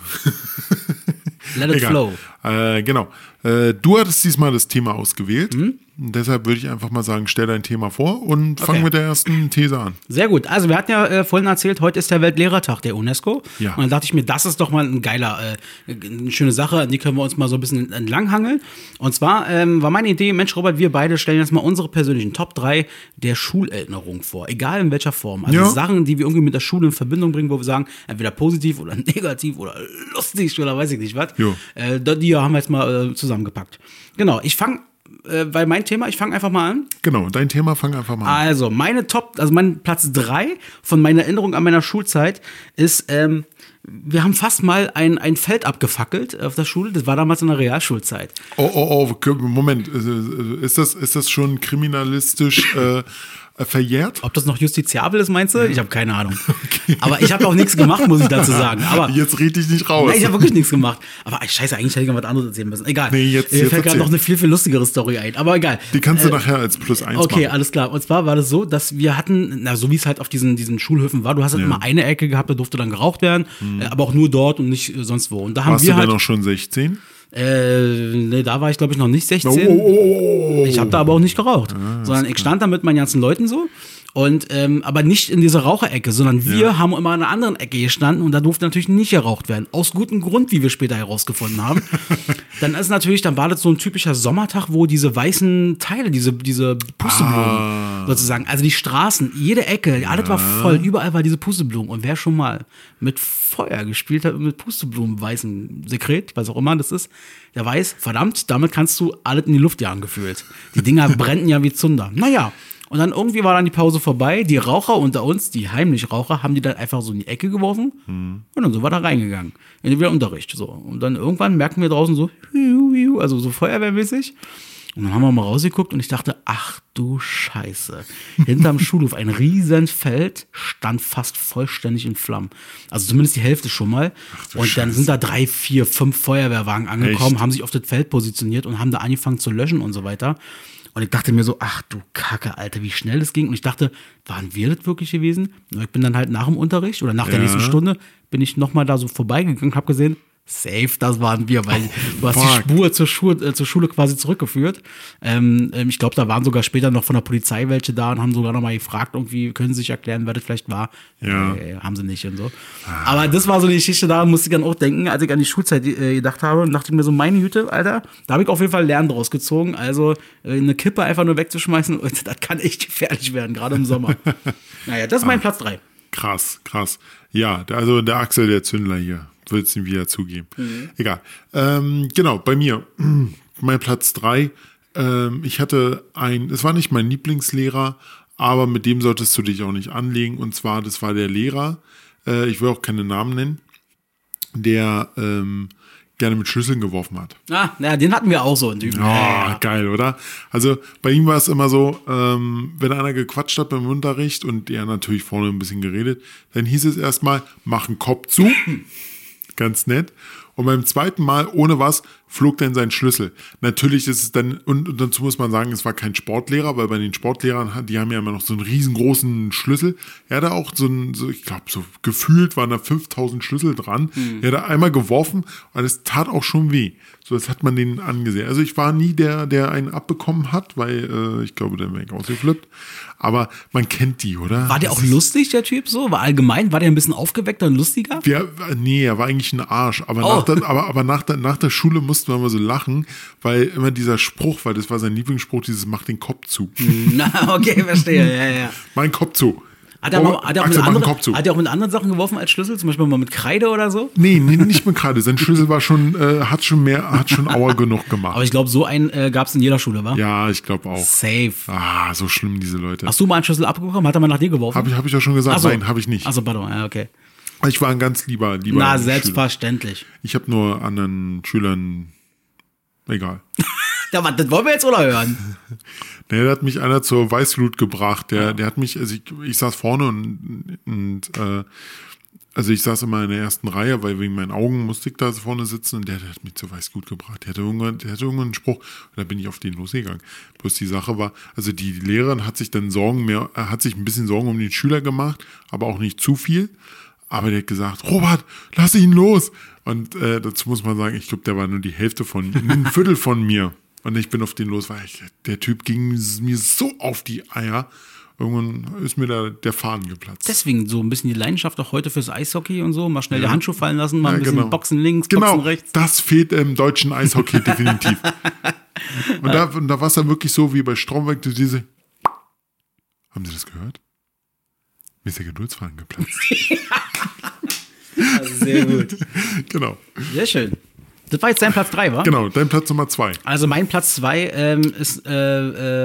Let it Egal. flow. Äh, genau. Äh, du hattest diesmal das Thema ausgewählt. Mhm. Deshalb würde ich einfach mal sagen, stell dein Thema vor und fang Okay. mit der ersten These an. Sehr gut. Also wir hatten ja äh, vorhin erzählt, heute ist der Weltlehrertag der UNESCO. Ja. Und dann dachte ich mir, das ist doch mal ein geiler, äh, eine schöne Sache, an die können wir uns mal so ein bisschen entlanghangeln. Und zwar ähm, war meine Idee, Mensch Robert, wir beide stellen jetzt mal unsere persönlichen Top drei der Schulerinnerung vor. Egal in welcher Form. Also Ja. Sachen, die wir irgendwie mit der Schule in Verbindung bringen, wo wir sagen, entweder positiv oder negativ oder lustig oder weiß ich nicht was. Jo. Äh, die haben wir jetzt mal äh, zusammengepackt. Genau, ich fange, äh, weil mein Thema, ich fange einfach mal an. Genau, dein Thema, fang einfach mal an. Also, meine Top, also mein Platz drei von meiner Erinnerung an meiner Schulzeit ist, ähm, wir haben fast mal ein, ein Feld abgefackelt auf der Schule. Das war damals in der Realschulzeit. Oh, oh, oh, Moment. Ist das, ist das schon kriminalistisch äh, verjährt? Ob das noch justiziabel ist, meinst du? Ich habe keine Ahnung. Okay. Aber ich habe auch nichts gemacht, muss ich dazu sagen. Aber jetzt red ich nicht raus. Nein, ich habe wirklich nichts gemacht. Aber scheiße, eigentlich hätte ich noch was anderes erzählen müssen. Egal. Nee, jetzt, Mir jetzt fällt gerade noch eine viel, viel lustigere Story ein. Aber egal. Die kannst du äh, nachher als Plus eins Okay, machen. alles klar. Und zwar war das so, dass wir hatten, na, so wie es halt auf diesen, diesen Schulhöfen war, du hast halt Ja. immer eine Ecke gehabt, da durfte dann geraucht werden, äh, aber auch nur dort und nicht äh, sonst wo. Und da haben Warst wir du halt. denn noch schon sechzehn? Äh, nee, da war ich glaube ich noch nicht sechzehn. Oh, oh, oh, oh. Ich habe da aber auch nicht geraucht, Ah, sondern ich stand da mit meinen ganzen Leuten so. Und ähm, aber nicht in dieser Raucherecke, sondern wir Ja. haben immer in einer anderen Ecke gestanden und da durfte natürlich nicht geraucht werden. Aus gutem Grund, wie wir später herausgefunden haben. Dann ist natürlich, dann war das so ein typischer Sommertag, wo diese weißen Teile, diese, diese Pusteblumen Ah. sozusagen, also die Straßen, jede Ecke, alles war voll, überall war diese Pusteblumen. Und wer schon mal mit Feuer gespielt hat, mit Pusteblumen, weißen Sekret, was auch immer das ist, der weiß, verdammt, damit kannst du alles in die Luft jagen gefühlt. Die Dinger brennen ja wie Zunder. Naja. Und dann irgendwie war dann die Pause vorbei. Die Raucher unter uns, die heimlich Raucher, haben die dann einfach so in die Ecke geworfen. Hm. Und dann sind wir da reingegangen. In den Unterricht. So. Und dann irgendwann merken wir draußen so, hiu, hiu, also so feuerwehrmäßig. Und dann haben wir mal rausgeguckt und ich dachte, ach du Scheiße. Hinterm Schulhof ein Riesenfeld stand fast vollständig in Flammen. Also zumindest die Hälfte schon mal. Und Scheiße. dann sind da drei, vier, fünf Feuerwehrwagen angekommen, Echt? haben sich auf das Feld positioniert und haben da angefangen zu löschen und so weiter. Und ich dachte mir so, ach du Kacke, Alter, wie schnell das ging. Und ich dachte, waren wir das wirklich gewesen? Und ich bin dann halt nach dem Unterricht oder nach der Ja. nächsten Stunde, bin ich nochmal da so vorbeigegangen und habe gesehen, safe, das waren wir, weil du hast fuck. die Spur zur Schule, äh, zur Schule quasi zurückgeführt. Ähm, ähm, ich glaube, da waren sogar später noch von der Polizei welche da und haben sogar noch mal gefragt, irgendwie, können Sie sich erklären, wer das vielleicht war? Ja. Äh, haben sie nicht und so. Aber das war so die Geschichte, da musste ich dann auch denken, als ich an die Schulzeit äh, gedacht habe und dachte mir so, meine Güte, Alter, da habe ich auf jeden Fall Lernen draus gezogen. Also äh, eine Kippe einfach nur wegzuschmeißen, das kann echt gefährlich werden, gerade im Sommer. Naja, das ist mein Platz drei. Krass, krass. Ja, der- also der Axel, der Zündler hier, wird es ihm wieder zugeben. Mhm. Egal. Ähm, genau, bei mir, mein Platz drei. Ähm, ich hatte ein, es war nicht mein Lieblingslehrer, aber mit dem solltest du dich auch nicht anlegen. Und zwar, das war der Lehrer, äh, ich will auch keine Namen nennen, der ähm, gerne mit Schlüsseln geworfen hat. Ah, ja, den hatten wir auch so, einen Typen. Oh, Ja, geil, oder? Also bei ihm war es immer so, ähm, wenn einer gequatscht hat beim Unterricht und er natürlich vorne ein bisschen geredet, dann hieß es erstmal, mach einen Kopf zu. Ganz nett. Und beim zweiten Mal, ohne was, flog dann sein Schlüssel. Natürlich ist es dann, und, und dazu muss man sagen, es war kein Sportlehrer, weil bei den Sportlehrern, die haben ja immer noch so einen riesengroßen Schlüssel. Er hatte auch so ein, so, ich glaube, so gefühlt waren da fünftausend Schlüssel dran. Mhm. Er hat einmal geworfen und es tat auch schon weh. So, das hat man denen angesehen. Also ich war nie der, der einen abbekommen hat, weil äh, ich glaube, der wäre ausgeflippt. Aber man kennt die, oder? War der Das auch ist- lustig, der Typ, so? War allgemein, war der ein bisschen aufgeweckter und lustiger? Wir, nee, er war eigentlich ein Arsch. Aber, Oh. nach, der, aber, aber nach, der, nach der Schule mussten wir immer so lachen, weil immer dieser Spruch, weil das war sein Lieblingsspruch, dieses mach den Kopf zu. Na, okay, verstehe, ja, ja. Mein Kopf zu. Hat er, Oh, mal, hat, er auch Axel, mit mach den andere, Kopf zu. hat er auch mit anderen Sachen geworfen als Schlüssel? Zum Beispiel mal mit Kreide oder so? Nee, nee, nicht mit gerade. Sein Schlüssel war schon, äh, hat schon mehr, hat schon Auer genug gemacht. Aber ich glaube, so einen äh, gab es in jeder Schule, wa? Ja, ich glaube auch. Safe. Ah, so schlimm, diese Leute. Hast du mal einen Schlüssel abbekommen? Hat er mal nach dir geworfen? Habe ich, hab ich ja schon gesagt. Ach so. Nein, habe ich nicht. Achso, pardon, ja, okay. Ich war ein ganz lieber, lieber Na, Schüler. selbstverständlich. Ich habe nur anderen Schülern, egal. Ja, was, das wollen wir jetzt oder hören? Nee, da hat mich einer zur Weißglut gebracht. Der, der hat mich, also ich, ich saß vorne und, und äh, also ich saß immer in der ersten Reihe, weil wegen meinen Augen musste ich da vorne sitzen und der, der hat mich zur Weißglut gebracht. Der hatte irgendwann, der hatte irgendwann einen Spruch und da bin ich auf den losgegangen. Bloß die Sache war, also die Lehrerin hat sich dann Sorgen mehr, hat sich ein bisschen Sorgen um den Schüler gemacht, aber auch nicht zu viel. Aber der hat gesagt, Robert, lass ihn los. Und äh, dazu muss man sagen, ich glaube, der war nur die Hälfte von, ein Viertel von mir. Und ich bin auf den los, weil ich, der Typ ging mir so auf die Eier. Irgendwann ist mir da der Faden geplatzt. Deswegen so ein bisschen die Leidenschaft auch heute fürs Eishockey und so. Mal schnell die Handschuhe fallen lassen, mal ein Ja, bisschen genau. Boxen links, Genau, Boxen rechts. das fehlt im deutschen Eishockey definitiv. Und da, und da war es dann wirklich so wie bei Stromberg, du diese. Haben Sie das gehört? Mir ist der Geduldsfaden geplatzt. Also sehr gut. Genau. Sehr schön. Das war jetzt dein Platz drei, wa? Genau, dein Platz Nummer zwei. Also mein Platz zwei ähm, ist, äh, äh,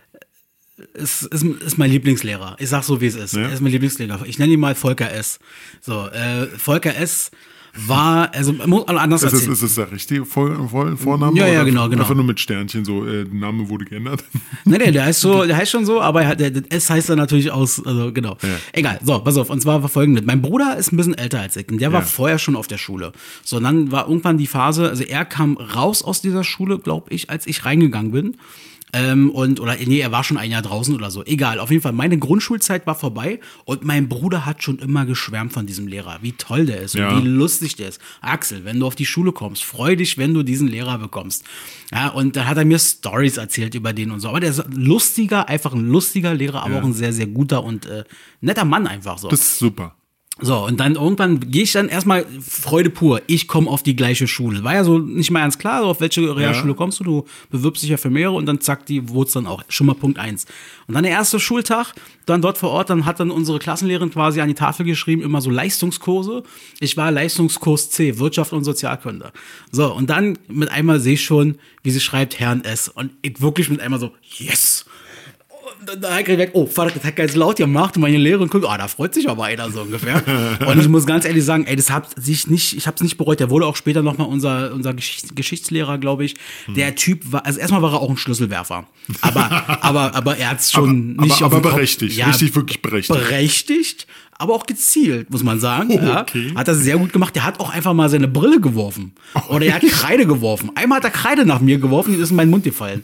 ist, ist, ist mein Lieblingslehrer. Ich sag so, wie es ist. Ja. Er ist mein Lieblingslehrer. Ich nenne ihn mal Volker S. So, äh, Volker S. war, also muss anders Ist es, erzählen. ist es der richtige Vor Vor Vorname? Ja, ja, oder genau, genau. Einfach nur mit Sternchen, so, äh, der Name wurde geändert. Nee, nee, der heißt so, der heißt schon so, aber er hat- der, der S heißt dann natürlich aus, also genau. Ja. Egal, so, pass auf, und zwar war folgendes. Mein Bruder ist ein bisschen älter als ich und der war Ja. vorher schon auf der Schule. So, und dann war irgendwann die Phase, also er kam raus aus dieser Schule, glaube ich, als ich reingegangen bin. Ähm, und, oder, nee, er war schon ein Jahr draußen oder so. Egal, auf jeden Fall, meine Grundschulzeit war vorbei und mein Bruder hat schon immer geschwärmt von diesem Lehrer, wie toll der ist Ja. und wie lustig der ist. Axel, wenn du auf die Schule kommst, freu dich, wenn du diesen Lehrer bekommst. Ja, und dann hat er mir Stories erzählt über den und so. Aber der ist ein lustiger, einfach ein lustiger Lehrer, aber Ja. auch ein sehr, sehr guter und äh, netter Mann einfach so. Das ist super. So, und dann irgendwann gehe ich dann erstmal Freude pur. Ich komme auf die gleiche Schule. War ja so nicht mal ganz klar, so auf welche Realschule Ja. kommst du. Du bewirbst dich ja für mehrere und dann zack, die wurde es dann auch. Schon mal Punkt eins. Und dann der erste Schultag, dann dort vor Ort, dann hat dann unsere Klassenlehrerin quasi an die Tafel geschrieben, immer so Leistungskurse. Ich war Leistungskurs C, Wirtschaft und Sozialkunde. So, und dann mit einmal sehe ich schon, wie sie schreibt Herrn S. Und ich wirklich mit einmal so, yes! Und da habe ich gedacht, oh, Vater, das hat ganz laut gemacht und meine Lehrerin guckt, ah, da freut sich aber einer so ungefähr. Und ich muss ganz ehrlich sagen, ey, das hat sich nicht, ich habe es nicht bereut. Der wurde auch später nochmal unser, unser Geschichts Geschichtslehrer, glaube ich. Der Typ war, also erstmal war er auch ein Schlüsselwerfer. Aber, aber, aber er hat es schon Aber- nicht aber- auf den aber Kopf- berechtigt. Richtig, wirklich berechtigt. Berechtigt, aber auch gezielt, muss man sagen. Oh, ja. okay. Hat das sehr gut gemacht. Der hat auch einfach mal seine Brille geworfen. Oder er hat Kreide geworfen. Einmal hat er Kreide nach mir geworfen, die ist in meinen Mund gefallen.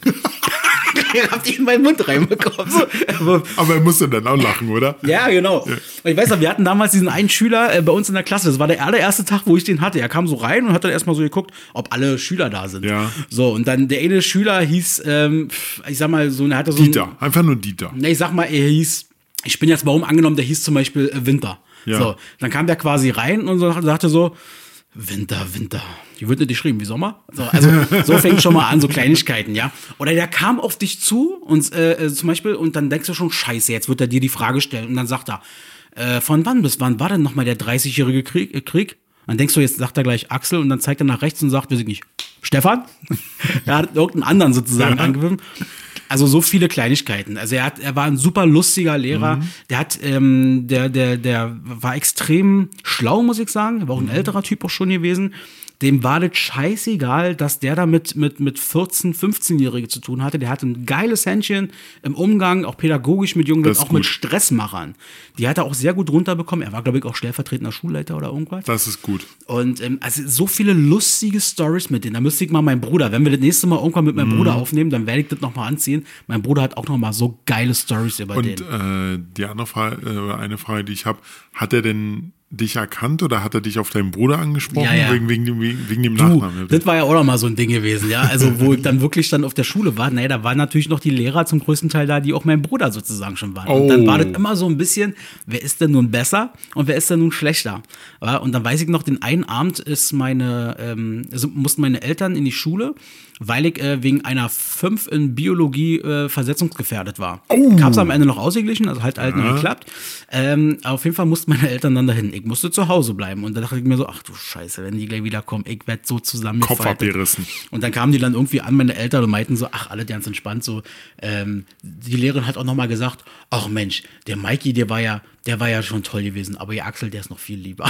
Ich hab die in meinen Mund reinbekommen. So. Aber er musste dann auch lachen, oder? Ja, genau. Und ich weiß noch, wir hatten damals diesen einen Schüler äh, bei uns in der Klasse. Das war der allererste Tag, wo ich den hatte. Er kam so rein und hat dann erstmal so geguckt, ob alle Schüler da sind. Ja. So, und dann der eine Schüler hieß, ähm, ich sag mal, so, er hatte so ein, Dieter. Einfach nur Dieter. Ne, ich sag mal, er hieß, ich bin jetzt mal um angenommen, der hieß zum Beispiel äh, Winter. Ja. So, dann kam der quasi rein und so, sagte so, Winter, Winter. Die wird nicht geschrieben wie Sommer. So, also so fängt schon mal an, so Kleinigkeiten, ja. Oder der kam auf dich zu und äh, äh, zum Beispiel und dann denkst du schon, scheiße, jetzt wird er dir die Frage stellen und dann sagt er, äh, von wann bis wann war denn nochmal der dreißigjährige Krieg, äh, Krieg? Dann denkst du, jetzt sagt er gleich Axel und dann zeigt er nach rechts und sagt, weiß ich nicht, Stefan? Er hat irgendeinen anderen sozusagen ja. angegriffen. Also so viele Kleinigkeiten. Also er hat, er war ein super lustiger Lehrer. Mhm. Der hat, ähm, der, der, der war extrem schlau, muss ich sagen. Er war auch ein mhm. älterer Typ auch schon gewesen. Dem war das scheißegal, dass der da mit, mit, mit vierzehn-, fünfzehnjährigen zu tun hatte. Der hatte ein geiles Händchen im Umgang, auch pädagogisch mit Jungen, auch gut. mit Stressmachern. Die hat er auch sehr gut runterbekommen. Er war, glaube ich, auch stellvertretender Schulleiter oder irgendwas. Das ist gut. Und ähm, also so viele lustige Stories mit denen. Da müsste ich mal meinen Bruder, wenn wir das nächste Mal irgendwann mit meinem mhm. Bruder aufnehmen, dann werde ich das nochmal anziehen. Mein Bruder hat auch nochmal so geile Stories über Und, den. Und äh, die andere Frage, äh, eine Frage, die ich habe, hat er denn dich erkannt oder hat er dich auf deinen Bruder angesprochen? Ja, ja. Wegen, wegen dem, wegen dem du, Nachnamen? Das war ja auch noch mal so ein Ding gewesen, ja. Also, wo ich dann wirklich dann auf der Schule war, naja, da waren natürlich noch die Lehrer zum größten Teil da, die auch mein Bruder sozusagen schon waren. Oh. Und dann war das immer so ein bisschen, wer ist denn nun besser und wer ist denn nun schlechter? Ja, und dann weiß ich noch, den einen Abend ist meine, ähm, also mussten meine Eltern in die Schule, weil ich äh, wegen einer fünf in Biologie äh, versetzungsgefährdet war. Oh. Ich hab's am Ende noch ausgeglichen, also halt halt ja. noch geklappt. Ähm, auf jeden Fall mussten meine Eltern dann dahin. Ich musste zu Hause bleiben. Und da dachte ich mir so, ach du Scheiße, wenn die gleich wiederkommen, ich werd so zusammengefaltet. Kopf abgerissen. Und dann kamen die dann irgendwie an, meine Eltern, und meinten so, ach, alle ganz entspannt, so, ähm, die Lehrerin hat auch nochmal gesagt, ach Mensch, der Mikey, der war ja, der war ja schon toll gewesen, aber ihr Axel, der ist noch viel lieber.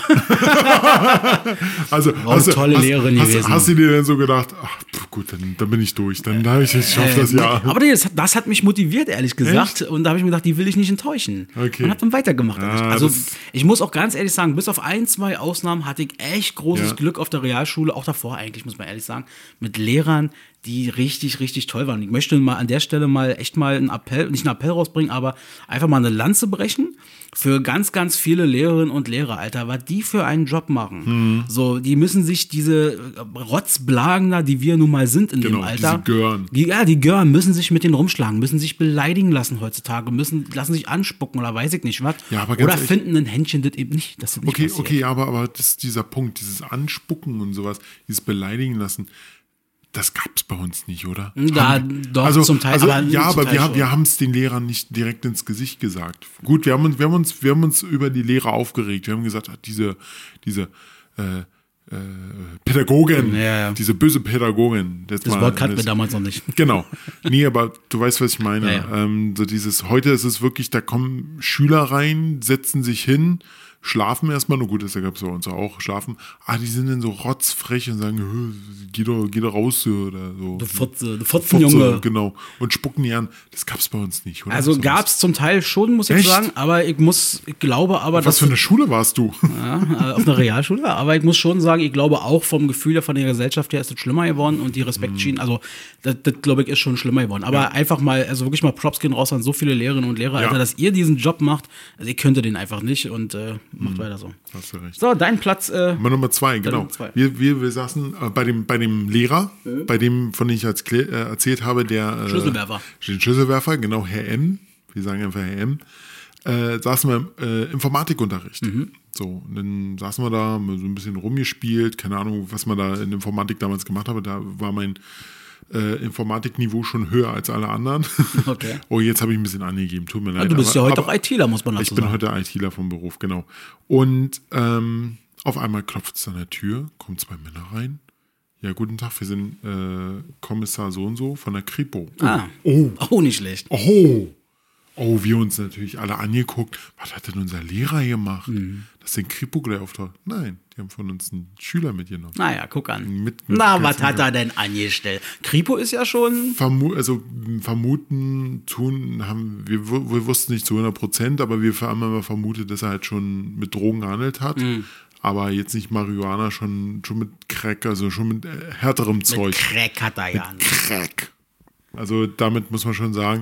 Also, war eine tolle hast, Lehrerin hast, gewesen. Hast du dir dann so gedacht, ach gut, dann, dann bin ich durch, dann habe ich es geschafft, äh, das Jahr. Aber das, das hat mich motiviert, ehrlich gesagt. Echt? Und da habe ich mir gedacht, die will ich nicht enttäuschen. Okay. Und habe dann weitergemacht. Ja, also ich muss auch ganz ehrlich sagen, bis auf ein, zwei Ausnahmen hatte ich echt großes ja. Glück auf der Realschule, auch davor eigentlich, muss man ehrlich sagen, mit Lehrern, die richtig, richtig toll waren. Ich möchte mal an der Stelle mal echt mal einen Appell, nicht einen Appell rausbringen, aber einfach mal eine Lanze brechen für ganz, ganz viele Lehrerinnen und Lehrer, Alter, was die für einen Job machen. Hm. So, die müssen sich diese Rotzblagen da, die wir nun mal sind in genau, dem Alter. Diese Gören. Die, ja, die Gören müssen sich mit denen rumschlagen, müssen sich beleidigen lassen heutzutage, müssen, lassen sich anspucken oder weiß ich nicht was. Ja, aber oder ehrlich, finden ein Händchen das eben nicht. Das nicht okay, passiert. okay, aber, aber das ist dieser Punkt, dieses Anspucken und sowas, dieses Beleidigen lassen. Das gab's bei uns nicht, oder? Da, haben, doch, also, zum Teil. Also, aber ja, aber Teil wir, wir haben es den Lehrern nicht direkt ins Gesicht gesagt. Gut, wir haben uns, wir haben uns, wir haben uns über die Lehrer aufgeregt. Wir haben gesagt, ach, diese, diese äh, äh, Pädagogin, ja, ja. diese böse Pädagogin. Das, das Wort kannten wir damals noch nicht. Genau. Nee, aber du weißt, was ich meine. Ja, ja. Ähm, so dieses, heute ist es wirklich, da kommen Schüler rein, setzen sich hin, schlafen erstmal, nur gut, das gab es bei uns auch, schlafen, ah, die sind dann so rotzfrech und sagen, geh doch, geh doch raus oder so. Du Fotze, du Fotzenjunge. Genau, und spucken die an. Das gab es bei uns nicht, oder? Also gab es zum Teil schon, muss ich Echt? sagen, aber ich muss, ich glaube aber, auf was für eine Schule warst du? Ja, auf einer Realschule, aber ich muss schon sagen, ich glaube auch vom Gefühl her, von der Gesellschaft her ist es schlimmer geworden und die Respektschienen, also das, das glaube ich ist schon schlimmer geworden. Aber ja. einfach mal, also wirklich mal Props gehen raus an so viele Lehrerinnen und Lehrer, ja. Alter, dass ihr diesen Job macht, also ich könnte den einfach nicht und äh, macht mhm. weiter so. Hast du recht. So, dein Platz. Äh, Nummer zwei, genau. Nummer zwei. Wir, wir, wir saßen äh, bei, dem, bei dem Lehrer, mhm. bei dem, von dem ich als, äh, erzählt habe, der äh, Schlüsselwerfer. Den Schlüsselwerfer, genau, Herr M. Wir sagen einfach Herr M. Äh, saßen wir im äh, Informatikunterricht. Mhm. So, und dann saßen wir da, so ein bisschen rumgespielt, keine Ahnung, was man da in Informatik damals gemacht habe. Da war mein Äh, Informatikniveau schon höher als alle anderen. Okay. Oh, jetzt habe ich ein bisschen angegeben, tut mir leid. Ja, du bist aber, ja heute aber, auch ITler, muss man dazu sagen. Ich bin heute ITler vom Beruf, genau. Und ähm, auf einmal klopft es an der Tür, kommen zwei Männer rein. Ja, guten Tag, wir sind äh, Kommissar so und so von der Kripo. Oh. Ah, oh. oh, nicht schlecht. Oh, oh, wir uns natürlich alle angeguckt. Was hat denn unser Lehrer gemacht? Mhm. Dass den Kripo gleich auftaucht? Nein, die haben von uns einen Schüler mitgenommen. Naja, guck an. Mit, mit Na, was hat er denn angestellt? Kripo ist ja schon... Vermu also vermuten, tun, haben wir, wir wussten nicht zu hundert Prozent, aber wir haben immer vermutet, dass er halt schon mit Drogen gehandelt hat. Mhm. Aber jetzt nicht Marihuana, schon, schon mit Crack, also schon mit äh, härterem mit Zeug. Crack hat er ja nicht. Crack. Also damit muss man schon sagen,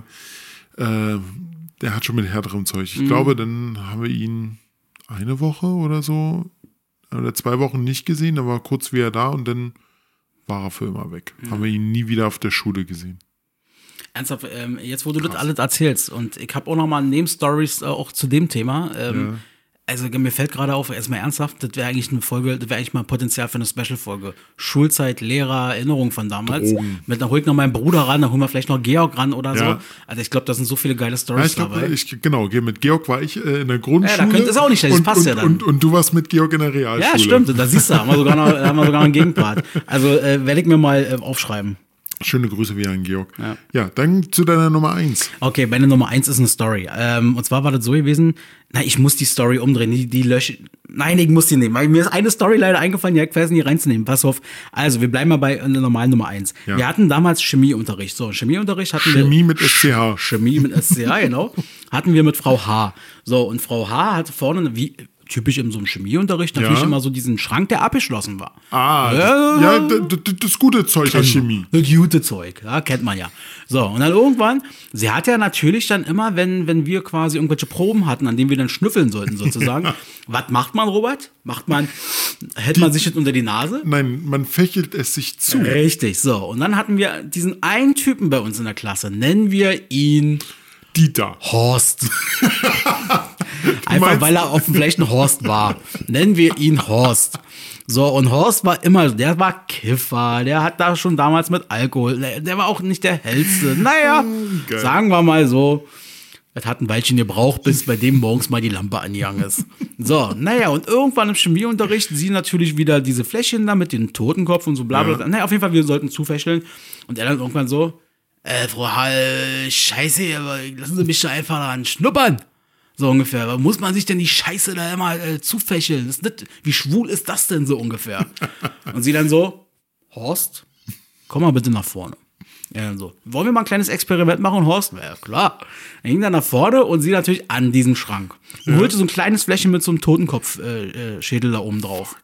äh, der hat schon mit härterem Zeug. Ich mhm. glaube, dann haben wir ihn eine Woche oder so oder zwei Wochen nicht gesehen, da war kurz wieder da und dann war er für immer weg. Mhm. Haben wir ihn nie wieder auf der Schule gesehen. Ernsthaft, ähm, jetzt wo du Krass. das alles erzählst und ich habe auch noch mal Nebenstories äh, auch zu dem Thema. Ähm, Also mir fällt gerade auf, erstmal ernsthaft, das wäre eigentlich eine Folge, das wäre eigentlich mal Potenzial für eine Special-Folge. Schulzeit, Lehrer, Erinnerung von damals. Drogen. Mit dann hol ich noch meinen Bruder ran, dann holen wir vielleicht noch Georg ran oder Ja. so. Also ich glaube, da sind so viele geile Ja, Stories ich glaube, dabei. ich, genau, mit Georg war ich äh, in der Grundschule. Ja, da könnte es auch nicht schlecht, das und, passt und, ja dann. Und, und du warst mit Georg in der Realschule. Ja, stimmt, da siehst du, haben wir sogar noch, haben wir sogar noch einen Gegenpart. Also äh, werde ich mir mal äh, aufschreiben. Schöne Grüße wieder an Georg. Ja. Ja, dann zu deiner Nummer eins. Okay, meine Nummer eins ist eine Story. Ähm, und zwar war das so gewesen, na, ich muss die Story umdrehen, die, die lösche. Nein, ich muss die nehmen, weil mir ist eine Story leider eingefallen, ja, ich weiß nicht reinzunehmen. Pass auf. Also, wir bleiben mal bei der normalen Nummer eins. Ja. Wir hatten damals Chemieunterricht. So, Chemieunterricht hatten Chemie wir. mit S C H. Chemie mit S C H, genau. Hatten wir mit Frau H. So, und Frau H. hatte vorne, wie typisch in so einem Chemieunterricht, natürlich Ja. immer so diesen Schrank, der abgeschlossen war. Ah, Ja. ja, d- d- das gute Zeug der Chemie. Das gute Zeug, ja, kennt man ja. So, und dann irgendwann, sie hat ja natürlich dann immer, wenn, wenn wir quasi irgendwelche Proben hatten, an denen wir dann schnüffeln sollten sozusagen, was macht man, Robert? Macht man, hält man sich das unter die Nase? Nein, man fächelt es sich zu. Richtig, so. Und dann hatten wir diesen einen Typen bei uns in der Klasse, nennen wir ihn Dieter. Horst. Einfach meinst- weil er auf dem vielleicht ein Horst war. Nennen wir ihn Horst. So, und Horst war immer, der war Kiffer, der hat da schon damals mit Alkohol, der, der war auch nicht der hellste. Naja, Geil. sagen wir mal so, es hat ein Weilchen gebraucht, bis bei dem morgens mal die Lampe angegangen ist. So, naja, und irgendwann im Chemieunterricht, sie natürlich wieder diese Fläschchen da mit dem Totenkopf und so bla bla. Ja. Naja, auf jeden Fall, wir sollten zufächeln. Und er dann irgendwann so, äh, Frau Hall, scheiße, aber lassen Sie mich da einfach daran schnuppern. So ungefähr. Aber muss man sich denn die Scheiße da immer äh, zufächeln? Das ist nicht, wie schwul ist das denn so ungefähr? Und sie dann so, Horst, komm mal bitte nach vorne. Ja, dann so, wollen wir mal ein kleines Experiment machen, Horst? Ja, klar. Er ging dann nach vorne und sie natürlich an diesem Schrank. Und holte so ein kleines Fläschchen mit so einem Totenkopfschädel äh, Schädel da oben drauf.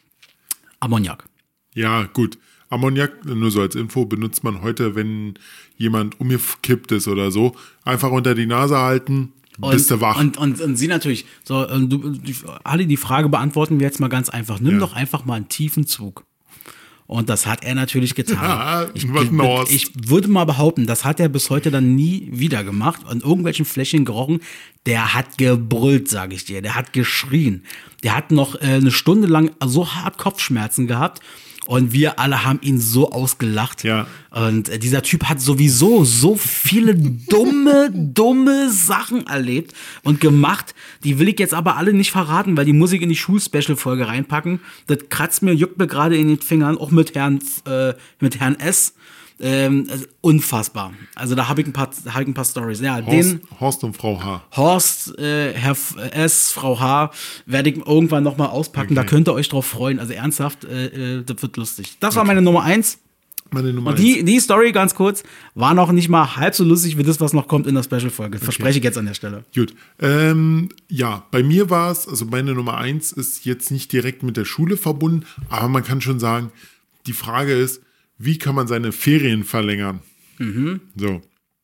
Ammoniak. Ja, gut. Ammoniak, nur so als Info, benutzt man heute, wenn jemand umgekippt ist oder so. Einfach unter die Nase halten, bist du wach. Und, und, und sie natürlich, so, und du, die, alle die Frage beantworten wir jetzt mal ganz einfach. Nimm Ja. doch einfach mal einen tiefen Zug. Und das hat er natürlich getan. Ja, ich, was ein Horst. ich würde mal behaupten, das hat er bis heute dann nie wieder gemacht. An irgendwelchen Fläschchen gerochen. Der hat gebrüllt, sage ich dir. Der hat geschrien. Der hat noch äh, eine Stunde lang so hart Kopfschmerzen gehabt. Und wir alle haben ihn so ausgelacht. Ja. Und äh, dieser Typ hat sowieso so viele dumme, dumme Sachen erlebt und gemacht. Die will ich jetzt aber alle nicht verraten, weil die muss ich in die Schul-Special-Folge reinpacken. Das kratzt mir, juckt mir gerade in den Fingern, auch mit Herrn, äh, mit Herrn S. Ähm, also unfassbar. Also da habe ich ein paar, hab ich ein paar Stories. Ja, Horst, den Horst und Frau H. Horst, äh, Herr F- S, Frau H, werde ich irgendwann nochmal auspacken. Okay. Da könnt ihr euch drauf freuen. Also ernsthaft, äh, äh, das wird lustig. Das war meine Nummer eins. Meine Nummer Und die, die Story, ganz kurz, war noch nicht mal halb so lustig wie das, was noch kommt in der Special-Folge. Verspreche ich jetzt an der Stelle. Gut. Ähm, ja, bei mir war es, also meine Nummer eins ist jetzt nicht direkt mit der Schule verbunden, aber man kann schon sagen, die Frage ist, wie kann man seine Ferien verlängern? Mhm. So.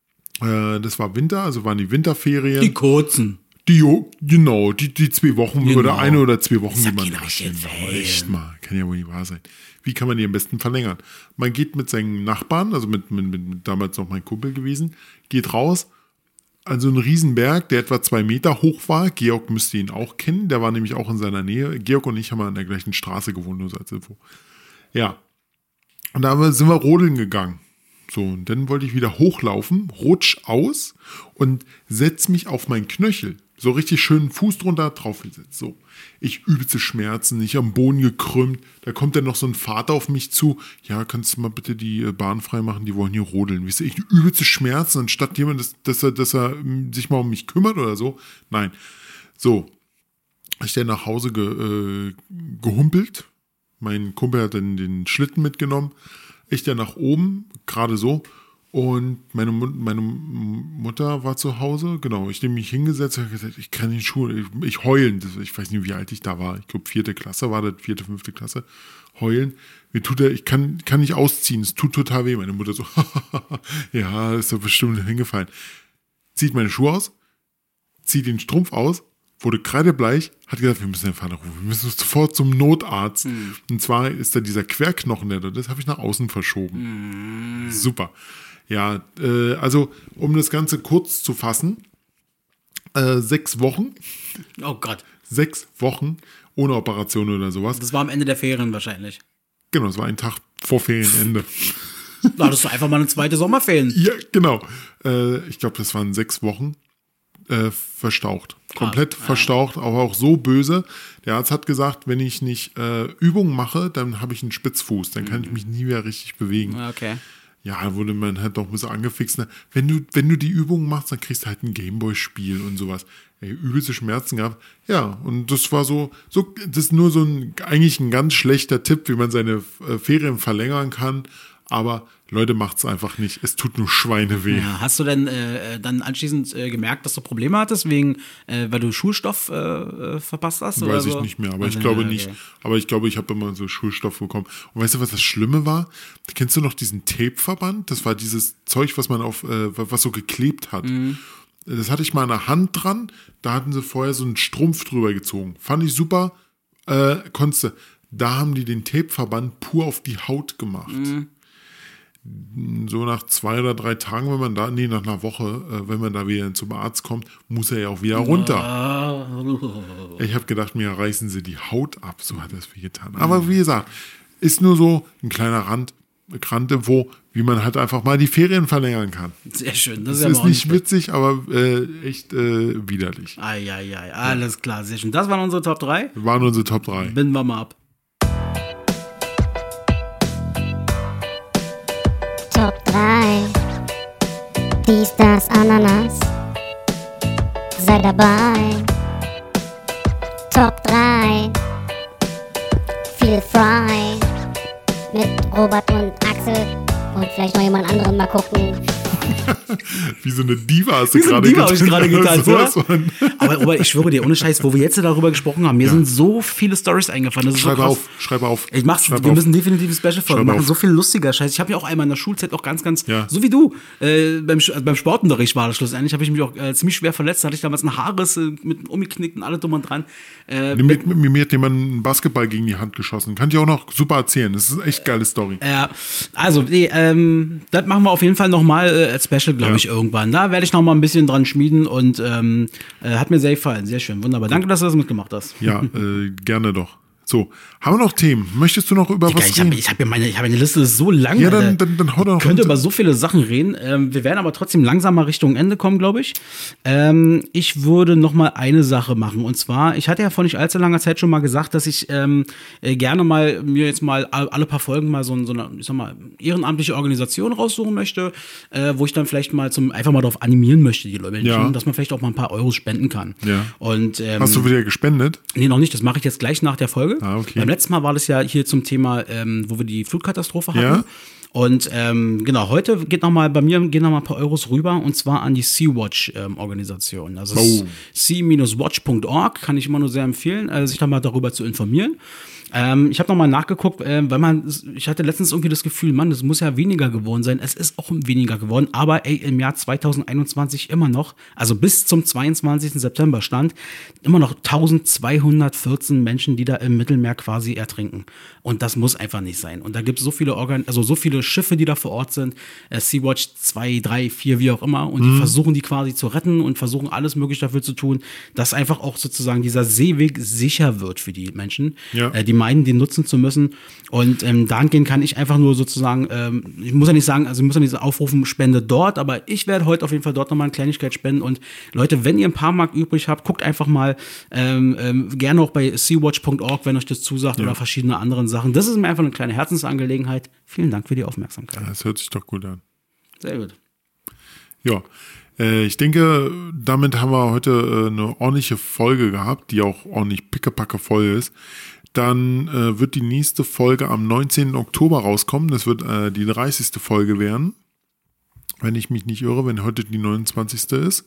Äh, das war Winter, also waren die Winterferien. Die kurzen. Die, genau, die, die zwei Wochen Genau. oder eine oder zwei Wochen, Ist ja die man keine richtige Ferien. echt mal, kann ja wohl nicht wahr sein. Wie kann man die am besten verlängern? Man geht mit seinen Nachbarn, also mit, mit, mit, mit damals noch mein Kumpel gewesen, geht raus an so einen Riesenberg, der etwa zwei Meter hoch war. Georg müsste ihn auch kennen, der war nämlich auch in seiner Nähe. Georg und ich haben an der gleichen Straße gewohnt, nur so als Info. Ja. Und da sind wir rodeln gegangen. So, und dann wollte ich wieder hochlaufen, rutsch aus und setz mich auf meinen Knöchel. So richtig schön Fuß drunter, draufgesetzt. So, ich übelste Schmerzen, ich am Boden gekrümmt. Da kommt dann noch so ein Vater auf mich zu. Ja, kannst du mal bitte die äh, Bahn frei machen, die wollen hier rodeln. Wisst ihr, ich übelste Schmerzen, anstatt jemand, dass, dass, er, dass er ähm, sich mal um mich kümmert oder so. Nein. So, ich dann nach Hause ge, äh, gehumpelt. Mein Kumpel hat dann den Schlitten mitgenommen. Ich dann nach oben, gerade so. Und meine, Mut- meine Mutter war zu Hause. Genau, ich habe mich hingesetzt und gesagt, ich kann nicht Schule. Ich, ich heulen. Das- Ich weiß nicht, wie alt ich da war. Ich glaube, vierte Klasse war das, vierte, fünfte Klasse. Heulen. Mir tut er, ich kann, kann nicht ausziehen. Es tut total weh. Meine Mutter so, ja, ist doch bestimmt hingefallen. Zieht meine Schuhe aus, zieht den Strumpf aus, wurde kreidebleich, hat gesagt, wir müssen den Vater rufen, wir müssen sofort zum Notarzt. Mhm. Und zwar ist da dieser Querknochen, der da ist, habe ich nach außen verschoben. Mhm. Super. Ja, äh, also um das Ganze kurz zu fassen, Äh, sechs Wochen. Oh Gott. Sechs Wochen ohne Operation oder sowas. Das war am Ende der Ferien wahrscheinlich. Genau, das war ein Tag vor Ferienende. Da hattest du einfach mal eine zweite Sommerferien. Ja, genau. Äh, ich glaube, das waren sechs Wochen äh, verstaucht. Komplett ja. verstaucht, aber auch so böse. Der Arzt hat gesagt, wenn ich nicht äh, Übungen mache, dann habe ich einen Spitzfuß. Dann kann ich mich nie mehr richtig bewegen. Okay. Ja, da wurde man halt doch ein bisschen angefixt. Ne? Wenn du, wenn du die Übungen machst, dann kriegst du halt ein Gameboy-Spiel und sowas. Ey, übelste Schmerzen gehabt. Ja, und das war so, so, das ist nur so ein, eigentlich ein ganz schlechter Tipp, wie man seine äh, Ferien verlängern kann. Aber Leute, macht's einfach nicht. Es tut nur Schweine weh. Ja, hast du denn äh, dann anschließend äh, gemerkt, dass du Probleme hattest, wegen, äh, weil du Schulstoff äh, verpasst hast? Weiß oder ich so? nicht mehr, aber ich Ah, glaube okay. nicht. Aber ich glaube, ich habe immer so Schulstoff bekommen. Und weißt du, was das Schlimme war? Kennst du noch diesen Tape-Verband? Das war dieses Zeug, was man auf, äh, was so geklebt hat. Mhm. Das hatte ich mal an der Hand dran. Da hatten sie vorher so einen Strumpf drüber gezogen. Fand ich super. Äh, konntest du. Da haben die den Tape-Verband pur auf die Haut gemacht. Mhm. So nach zwei oder drei Tagen, wenn man da, nee, nach einer Woche, äh, wenn man da wieder zum Arzt kommt, muss er ja auch wieder runter. Oh. Ich habe gedacht, mir reißen sie die Haut ab, so hat das wehgetan. Aber wie gesagt, ist nur so ein kleiner Rand, Rande, wo, wie man halt einfach mal die Ferien verlängern kann. Sehr schön. Das Das ist, ist aber auch nicht schlecht. witzig, aber äh, echt äh, widerlich. Eieiei, alles klar, sehr schön. Das waren unsere Top drei. Waren unsere Top drei. Binden wir mal ab. Top drei. Dies, das, Ananas. Sei dabei. Top drei. Feel Fry. Mit Robert und Axel. Und vielleicht noch jemand anderen mal gucken. Wie so eine Diva hast du Wie so eine gerade Diva habe ich gerade getan, Sowas oder? von- Aber, aber ich schwöre dir, ohne Scheiß, wo wir jetzt darüber gesprochen haben, mir sind so viele Storys eingefallen. Das ist Schreib so krass. auf, schreib auf. Ich mach's, Schreib wir auf. müssen definitiv ein Special folgen. Schreib Wir machen auf. so viel lustiger Scheiß. Ich habe ja auch einmal in der Schulzeit auch ganz, ganz, Ja. so wie du, äh, beim, Sch- also beim Sportunterricht war das schlussendlich, habe ich mich auch äh, ziemlich schwer verletzt. Da hatte ich damals einen Haarriss äh, mit umgeknickt und alles drum und dran. Äh, Mir, mir, mir hat jemand einen Basketball gegen die Hand geschossen. Kann ich auch noch super erzählen. Das ist eine echt geile Story. Ja, also, nee, ähm, das machen wir auf jeden Fall nochmal äh, als Special, glaube Ja. ich, irgendwann. Da werde ich noch mal ein bisschen dran schmieden und ähm, äh, hat mir sehr gefallen. Sehr schön, wunderbar. Danke, dass du das mitgemacht hast. Ja, äh, gerne doch. So, haben wir noch Themen? Möchtest du noch über Digga, was ich habe reden? ich hab ja meine, ich hab eine Liste, das ist so lang. Ja, Alter. dann, dann, dann hau doch noch. Ich könnte über so viele Sachen reden. Ähm, wir werden aber trotzdem langsam mal Richtung Ende kommen, glaube ich. Ähm, ich würde noch mal eine Sache machen. Und zwar, ich hatte ja vor nicht allzu langer Zeit schon mal gesagt, dass ich ähm, äh, gerne mal mir jetzt mal all- alle paar Folgen mal so, so eine, ich sag mal, ehrenamtliche Organisation raussuchen möchte, äh, wo ich dann vielleicht mal zum einfach mal darauf animieren möchte, die Leute, Ja. dass man vielleicht auch mal ein paar Euros spenden kann. Ja. Und ähm, Hast du wieder gespendet? Nee, noch nicht. Das mache ich jetzt gleich nach der Folge. Ah, okay. Beim letzten Mal war das ja hier zum Thema, ähm, wo wir die Flutkatastrophe hatten. Ja. Und ähm, genau, heute geht noch mal bei mir gehen noch mal ein paar Euros rüber und zwar an die Sea-Watch-Organisation. also Oh. sea watch punkt org kann ich immer nur sehr empfehlen, äh, sich da mal darüber zu informieren. Ähm, ich habe nochmal nachgeguckt, äh, weil man, ich hatte letztens irgendwie das Gefühl, Mann, das muss ja weniger geworden sein. Es ist auch weniger geworden, aber ey, im Jahr zwanzig einundzwanzig immer noch, also bis zum zweiundzwanzigsten September stand, immer noch eintausendzweihundertvierzehn Menschen, die da im Mittelmeer quasi ertrinken. Und das muss einfach nicht sein. Und da gibt es so viele Organ also so viele Schiffe, die da vor Ort sind, äh, Sea-Watch zwei, drei, vier, wie auch immer, und die versuchen die quasi zu retten und versuchen alles mögliche dafür zu tun, dass einfach auch sozusagen dieser Seeweg sicher wird für die Menschen, Ja. äh, die meinen, den nutzen zu müssen. Und ähm, dahingehend kann ich einfach nur sozusagen, ähm, ich muss ja nicht sagen, also ich muss ja nicht aufrufen, spende dort, aber ich werde heute auf jeden Fall dort nochmal eine Kleinigkeit spenden. Und Leute, wenn ihr ein paar Mark übrig habt, guckt einfach mal ähm, ähm, gerne auch bei sea watch punkt org, wenn euch das zusagt, oder verschiedene anderen Sachen. Das ist mir einfach eine kleine Herzensangelegenheit. Vielen Dank für die Aufmerksamkeit. Das hört sich doch gut an. Sehr gut. Ja, äh, ich denke, damit haben wir heute äh, eine ordentliche Folge gehabt, die auch ordentlich pickepacke voll ist. Dann äh, wird die nächste Folge am neunzehnten Oktober rauskommen. Das wird äh, die dreißigste Folge werden, wenn ich mich nicht irre, wenn heute die neunundzwanzigste ist.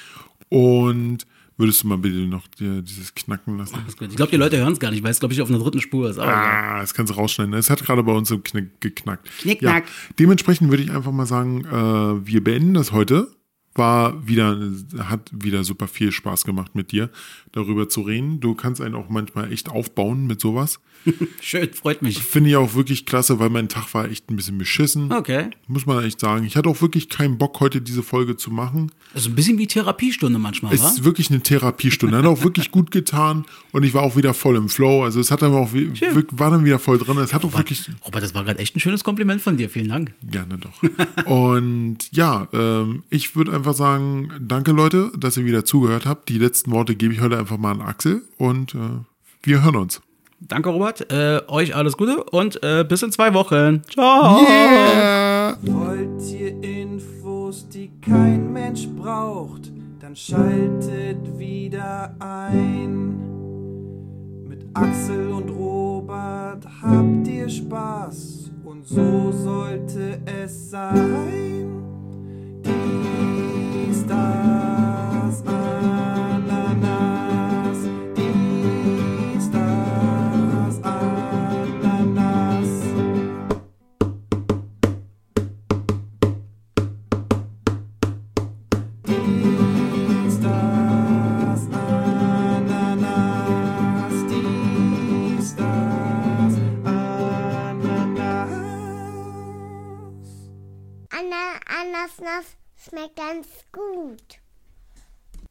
Und würdest du mal bitte noch dir dieses Knacken lassen? Das ist gut. Ich glaube, die Leute hören es gar nicht, weil es, glaube ich, auf einer dritten Spur ist. Aber egal. Ah, das kannst du rausschneiden. Es hat gerade bei uns so knick, geknackt. Knickknack. Ja, dementsprechend würde ich einfach mal sagen, äh, wir beenden das heute. War wieder, hat wieder super viel Spaß gemacht mit dir, darüber zu reden. Du kannst einen auch manchmal echt aufbauen mit sowas. Schön, freut mich. Finde ich auch wirklich klasse, weil mein Tag war echt ein bisschen beschissen. Okay. Muss man echt sagen. Ich hatte auch wirklich keinen Bock, heute diese Folge zu machen. Also ein bisschen wie Therapiestunde manchmal, Es wa? ist wirklich eine Therapiestunde. Hat auch wirklich gut getan und ich war auch wieder voll im Flow. Also es hat dann auch, war dann wieder voll drin. Es hat auch Robert, wirklich... Robert, das war gerade echt ein schönes Kompliment von dir. Vielen Dank. Gerne doch. Und ja, ähm, ich würde einfach sagen, danke Leute, dass ihr wieder zugehört habt. Die letzten Worte gebe ich heute einfach mal an Axel und äh, wir hören uns. Danke, Robert. Äh, euch alles Gute und äh, bis in zwei Wochen. Ciao. Yeah. Wollt ihr Infos, die kein Mensch braucht, dann schaltet wieder ein. Mit Axel und Robert habt ihr Spaß und so sollte es sein. Dies, das, Ananas. Dies, das, Ananas. Dies, das, Ananas. Dies, das, Ananas. Anna, Anasnas schmeckt ganz gut.